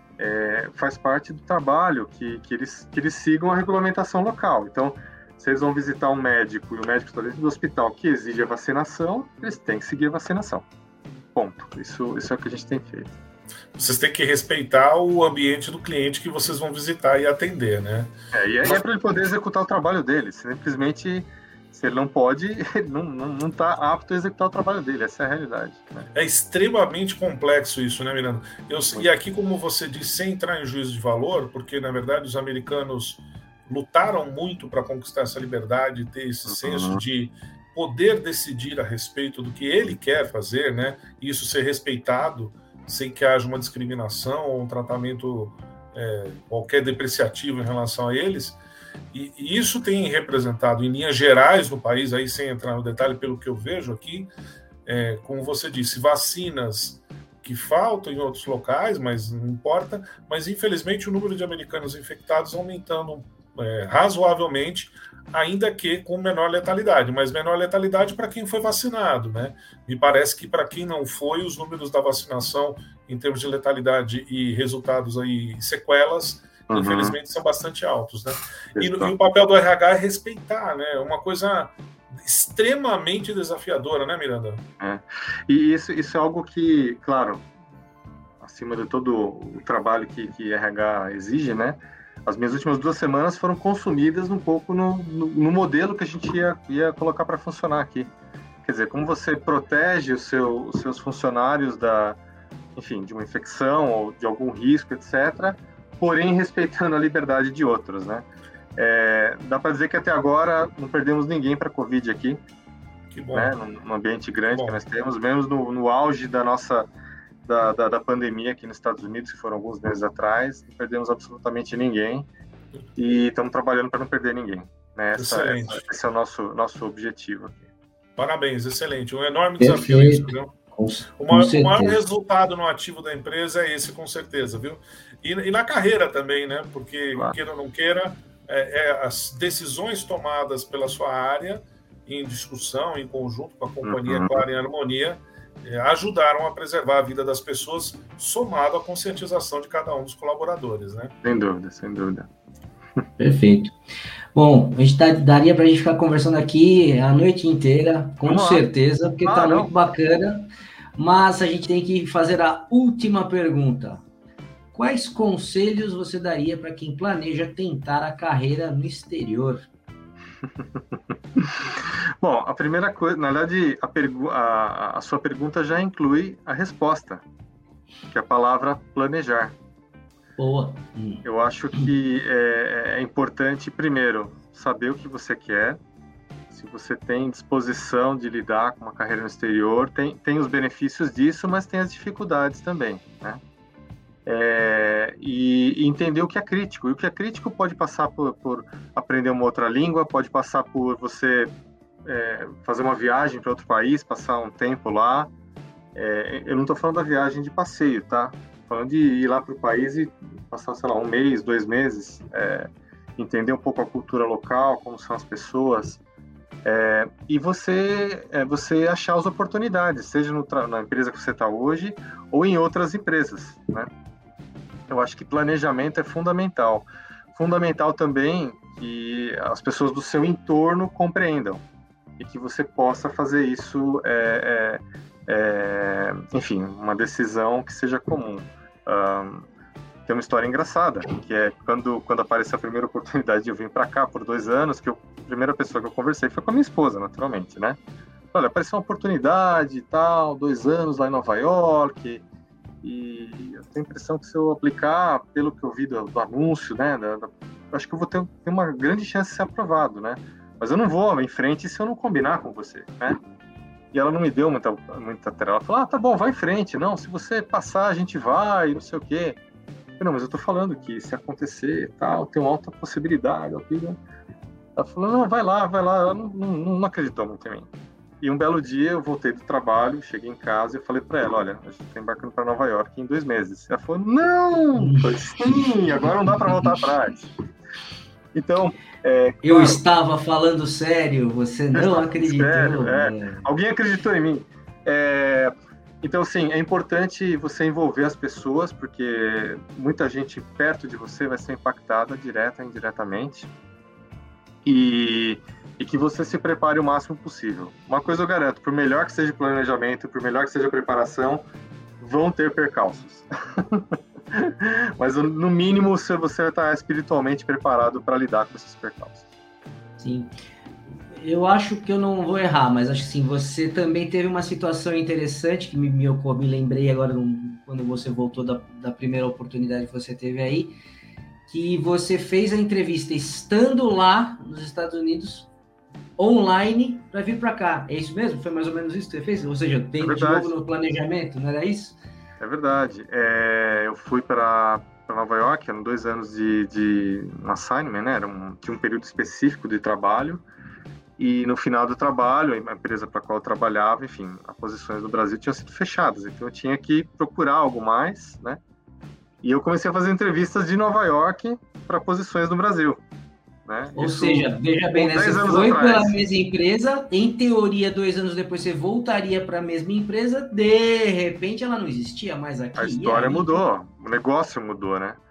faz parte do trabalho que eles sigam a regulamentação local. Então, se eles vão visitar um médico e o médico está dentro do hospital que exige a vacinação, eles têm que seguir a vacinação. Ponto. Isso é o que a gente tem feito. Vocês têm que respeitar o ambiente do cliente que vocês vão visitar e atender, né? E é para ele poder executar o trabalho dele. Simplesmente, se ele não pode, ele não está apto a executar o trabalho dele. Essa é a realidade, né? É extremamente complexo isso, né, Miranda? E aqui, como você disse, sem entrar em juízo de valor, porque, na verdade, os americanos lutaram muito para conquistar essa liberdade, ter esse senso de poder decidir a respeito do que ele quer fazer, né? E isso ser respeitado, sem que haja uma discriminação ou um tratamento qualquer depreciativo em relação a eles. E isso tem representado, em linhas gerais no país, aí sem entrar no detalhe, pelo que eu vejo aqui, como você disse, vacinas que faltam em outros locais, mas não importa, mas infelizmente o número de americanos infectados aumentando razoavelmente, ainda que com menor letalidade, mas menor letalidade para quem foi vacinado, né? Me parece que para quem não foi, os números da vacinação em termos de letalidade e resultados aí, sequelas, infelizmente são bastante altos, né? E o papel do RH é respeitar, né? Uma coisa extremamente desafiadora, né, Miranda? E isso é algo que, claro, acima de todo o trabalho que RH exige, né? As minhas últimas 2 semanas foram consumidas um pouco no modelo que a gente ia colocar para funcionar aqui. Quer dizer, como você protege os seus funcionários de uma infecção ou de algum risco, etc., porém respeitando a liberdade de outros, né? Dá para dizer que até agora não perdemos ninguém para a Covid aqui. Que bom. Né? Num ambiente grande que nós temos, mesmo no auge da pandemia aqui nos Estados Unidos, que foram alguns meses atrás, não perdemos absolutamente ninguém e estamos trabalhando para não perder ninguém, né? Esse é o nosso objetivo aqui. Parabéns, excelente. Um enorme desafio isso, viu? O maior resultado no ativo da empresa é esse, com certeza, viu? E na carreira também, né? Porque, queira ou não queira, as decisões tomadas pela sua área, em discussão, em conjunto com a companhia, claro, em harmonia, ajudaram a preservar a vida das pessoas, somado à conscientização de cada um dos colaboradores, né? Sem dúvida. Perfeito. Bom, a gente daria para a gente ficar conversando aqui a noite inteira, com certeza, porque está muito bacana, mas a gente tem que fazer a última pergunta. Quais conselhos você daria para quem planeja tentar a carreira no exterior? Bom, a primeira coisa, na verdade, a sua pergunta já inclui a resposta, que é a palavra planejar, Boa. Eu acho que é importante, primeiro, saber o que você quer. Se você tem disposição de lidar com uma carreira no exterior, tem os benefícios disso, mas tem as dificuldades também, né? E entender o que é crítico. E o que é crítico pode passar por aprender uma outra língua, pode passar por você fazer uma viagem para outro país, passar um tempo lá. Eu não estou falando da viagem de passeio, tá? Falando de ir lá para o país e passar, sei lá, 1 mês, 2 meses, entender um pouco a cultura local, como são as pessoas, e você achar as oportunidades, seja na empresa que você está hoje ou em outras empresas, né? Eu acho que planejamento é fundamental. Fundamental também que as pessoas do seu entorno compreendam e que você possa fazer isso, enfim, uma decisão que seja comum. Tem uma história engraçada, que é quando apareceu a primeira oportunidade de eu vir para cá por 2 anos, que a primeira pessoa que eu conversei foi com a minha esposa, naturalmente, né? Olha, apareceu uma oportunidade e tal, 2 anos lá em Nova York, e eu tenho a impressão que se eu aplicar, pelo que eu vi do anúncio, né, acho que eu vou ter uma grande chance de ser aprovado, né? Mas eu não vou em frente se eu não combinar com você, né? E ela não me deu muita trela. Ela falou, tá bom, vai em frente. Não, se você passar, a gente vai, não sei o quê. Eu falei, não, mas eu tô falando que se acontecer e tal, tem uma alta possibilidade. Ela falou, não, vai lá. Ela não acreditou muito em mim. E um belo dia eu voltei do trabalho, cheguei em casa e eu falei pra ela, olha, a gente tá embarcando pra Nova York em 2 meses. Ela falou, não! Eu falei, sim, agora não dá pra voltar atrás. Então, eu claro, estava falando sério, você não acreditou. Sério, alguém acreditou em mim. Então, sim, é importante você envolver as pessoas, porque muita gente perto de você vai ser impactada, direta e indiretamente. E que você se prepare o máximo possível. Uma coisa eu garanto, por melhor que seja o planejamento, por melhor que seja a preparação, vão ter percalços. Mas, no mínimo, você vai estar espiritualmente preparado para lidar com esses percalços. Sim. Eu acho que eu não vou errar, mas acho que sim, você também teve uma situação interessante que me lembrei agora quando você voltou da primeira oportunidade que você teve aí, que você fez a entrevista estando lá nos Estados Unidos, online, para vir para cá. É isso mesmo? Foi mais ou menos isso que você fez? Ou seja, de novo no planejamento, não era isso? É verdade. Eu fui para Nova York, eram 2 anos de um assignment, né? Tinha um período específico de trabalho, e no final do trabalho, a empresa para a qual eu trabalhava, enfim, as posições no Brasil tinham sido fechadas, então eu tinha que procurar algo mais, né? E eu comecei a fazer entrevistas de Nova York para posições no Brasil. Né? Ou seja, veja bem, né? Você foi pela mesma empresa, em teoria, 2 anos depois você voltaria para a mesma empresa, de repente ela não existia mais aqui. A história mudou, o negócio mudou, né?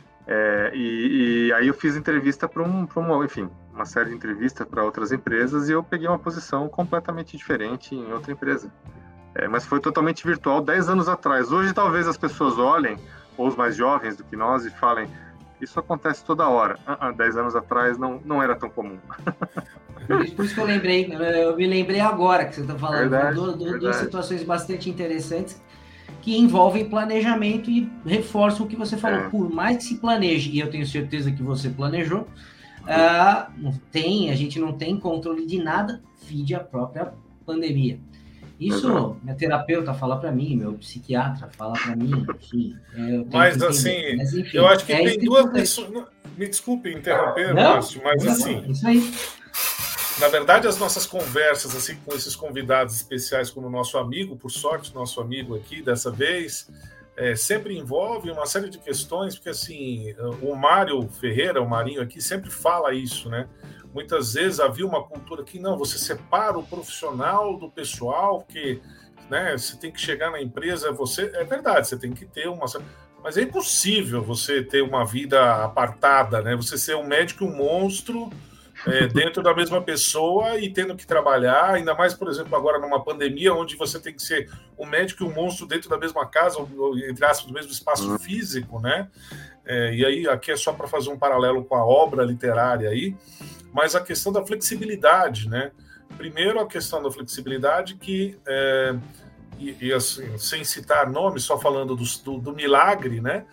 E aí eu fiz entrevista para uma série de entrevistas para outras empresas e eu peguei uma posição completamente diferente em outra empresa. Mas foi totalmente virtual 10 anos atrás. Hoje talvez as pessoas olhem, ou os mais jovens do que nós, e falem, isso acontece toda hora. 10 anos atrás não era tão comum. Por isso que eu me lembrei agora que você está falando. Verdade. Duas situações bastante interessantes que envolvem planejamento e reforçam o que você falou. Por mais que se planeje, e eu tenho certeza que você planejou, a gente não tem controle de nada, vide a própria pandemia. Isso, minha terapeuta fala para mim, meu psiquiatra fala para mim, enfim. Mas enfim, eu acho que tem duas... Me desculpe interromper, Márcio, mas assim... Isso aí. Na verdade, as nossas conversas assim com esses convidados especiais, como o nosso amigo, por sorte, nosso amigo aqui, dessa vez, sempre envolve uma série de questões, porque assim, o Mário Ferreira, o Marinho aqui, sempre fala isso, né? Muitas vezes havia uma cultura que não, você separa o profissional do pessoal, porque, né, você tem que chegar na empresa, é verdade, você tem que ter uma... Mas é impossível você ter uma vida apartada, né? Você ser um médico e um monstro dentro da mesma pessoa e tendo que trabalhar, ainda mais, por exemplo, agora numa pandemia, onde você tem que ser um médico e um monstro dentro da mesma casa, ou entre aspas, do mesmo espaço físico, né? E aí, aqui é só para fazer um paralelo com a obra literária aí, mas a questão da flexibilidade, né? Primeiro, a questão da flexibilidade que, assim, sem citar nomes, só falando do milagre, né?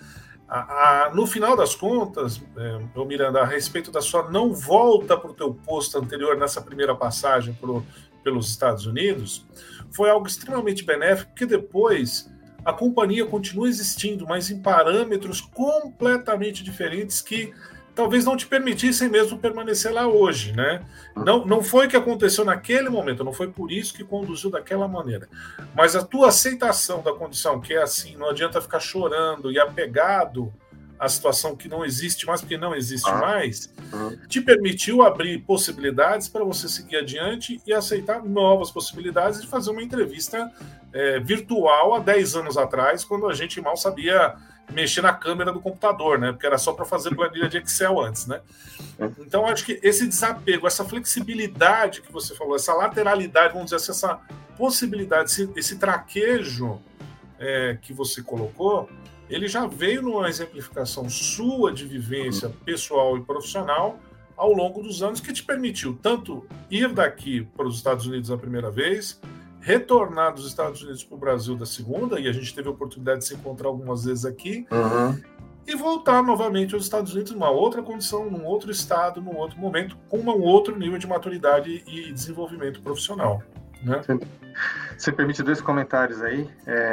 No final das contas, Miranda, a respeito da sua não volta para o teu posto anterior nessa primeira passagem pelos Estados Unidos, foi algo extremamente benéfico, porque depois a companhia continua existindo, mas em parâmetros completamente diferentes que talvez não te permitissem mesmo permanecer lá hoje, né? Não foi o que aconteceu naquele momento, não foi por isso que conduziu daquela maneira. Mas a tua aceitação da condição, que é assim, não adianta ficar chorando e apegado à situação que não existe mais, porque não existe mais, te permitiu abrir possibilidades para você seguir adiante e aceitar novas possibilidades de fazer uma entrevista virtual há 10 anos atrás, quando a gente mal sabia mexer na câmera do computador, né? Porque era só para fazer planilha de Excel antes, né? Então, acho que esse desapego, essa flexibilidade que você falou, essa lateralidade, vamos dizer assim, essa possibilidade, esse traquejo que você colocou, ele já veio numa exemplificação sua de vivência pessoal e profissional ao longo dos anos, que te permitiu tanto ir daqui para os Estados Unidos a primeira vez, retornar dos Estados Unidos para o Brasil da segunda, e a gente teve a oportunidade de se encontrar algumas vezes aqui, e voltar novamente aos Estados Unidos numa outra condição, num outro estado, num outro momento, com um outro nível de maturidade e desenvolvimento profissional, né? Você permite 2 comentários aí.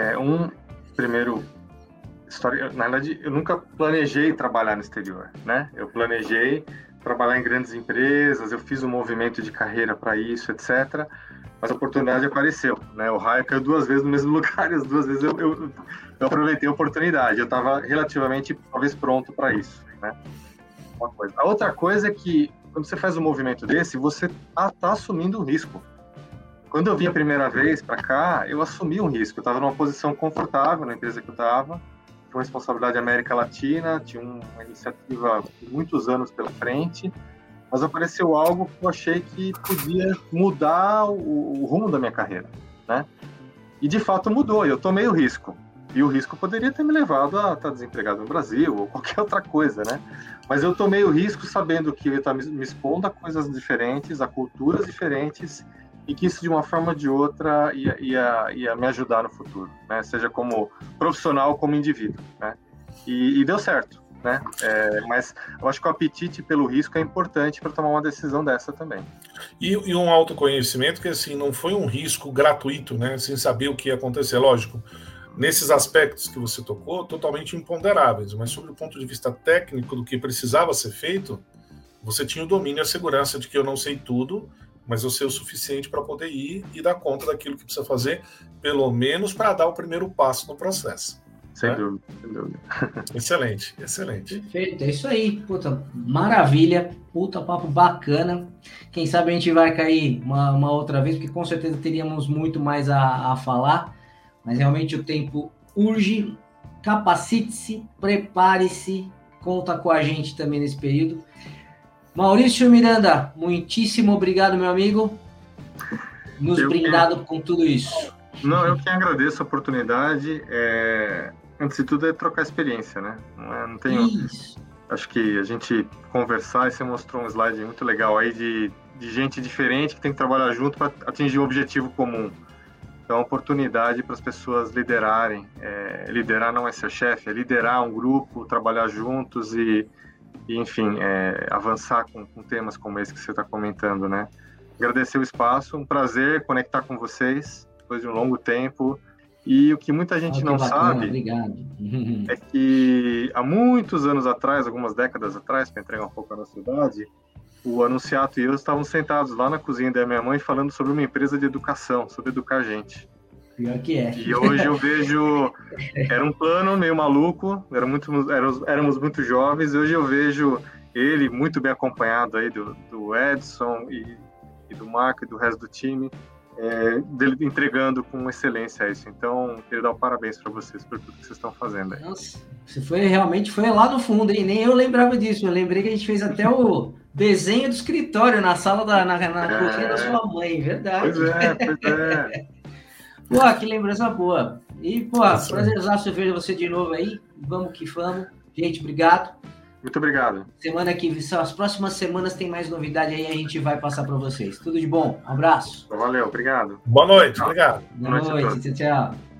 Primeiro, história. Na verdade, eu nunca planejei trabalhar no exterior, né? Eu planejei trabalhar em grandes empresas, eu fiz um movimento de carreira para isso, etc., mas a oportunidade apareceu, né? O raio caiu 2 vezes no mesmo lugar e as 2 vezes eu aproveitei a oportunidade. Eu estava relativamente, talvez, pronto para isso, né? Uma coisa. A outra coisa é que, quando você faz um movimento desse, você está assumindo um risco. Quando eu vim a primeira vez para cá, eu assumi um risco. Eu estava numa posição confortável na empresa que eu estava, com responsabilidade América Latina, tinha uma iniciativa de muitos anos pela frente, mas apareceu algo que eu achei que podia mudar o rumo da minha carreira, né? E de fato mudou, eu tomei o risco. E o risco poderia ter me levado a estar desempregado no Brasil ou qualquer outra coisa, né? Mas eu tomei o risco sabendo que eu ia estar me expondo a coisas diferentes, a culturas diferentes, e que isso de uma forma ou de outra ia me ajudar no futuro, né? Seja como profissional, como indivíduo, né? E deu certo, né? Mas eu acho que o apetite pelo risco é importante para tomar uma decisão dessa também. E um autoconhecimento que, assim, não foi um risco gratuito, né? Sem saber o que ia acontecer, lógico. Nesses aspectos que você tocou, totalmente imponderáveis, mas sobre o ponto de vista técnico do que precisava ser feito, você tinha o domínio e a segurança de que eu não sei tudo, mas eu sei o suficiente para poder ir e dar conta daquilo que precisa fazer, pelo menos para dar o primeiro passo no processo. Sem dúvida, sem dúvida. Excelente, excelente. Perfeito, é isso aí. Puta, maravilha. Puta, papo bacana. Quem sabe a gente vai cair uma outra vez, porque com certeza teríamos muito mais a falar, mas realmente o tempo urge. Capacite-se, prepare-se, conta com a gente também nesse período. Maurício Miranda, muitíssimo obrigado, meu amigo, nos brindado com tudo isso. Não, eu que agradeço a oportunidade. Antes de tudo é trocar experiência, né? Não tenho. Isso. Acho que a gente conversar, e você mostrou um slide muito legal aí de gente diferente que tem que trabalhar junto para atingir um objetivo comum. Então, oportunidade para as pessoas liderarem. Liderar não é ser chefe, é liderar um grupo, trabalhar juntos e enfim, avançar com temas como esse que você está comentando, né? Agradecer o espaço, um prazer conectar com vocês depois de um longo tempo. E o que muita gente não sabe é que há muitos anos atrás, algumas décadas atrás, para entregar um pouco a nossa idade, o Anunciato e eu estávamos sentados lá na cozinha da minha mãe falando sobre uma empresa de educação, sobre educar gente. Pior que é. E hoje eu vejo, era um plano meio maluco, éramos muito jovens, e hoje eu vejo ele muito bem acompanhado aí do Edson e do Marco e do resto do time, dele entregando com excelência isso. Então, queria dar um parabéns para vocês por tudo que vocês estão fazendo aí. Nossa, você realmente foi lá no fundo, hein? Nem eu lembrava disso. Eu lembrei que a gente fez até o desenho do escritório na sala na cozinha da sua mãe, verdade. Pois é. Pô, que lembrança boa. E, pô, prazerzaço ver você de novo aí. Vamos que vamos. Gente, obrigado. Muito obrigado. As próximas semanas tem mais novidade aí, a gente vai passar para vocês. Tudo de bom. Um abraço. Valeu, obrigado. Boa noite, obrigado. Boa noite, tchau.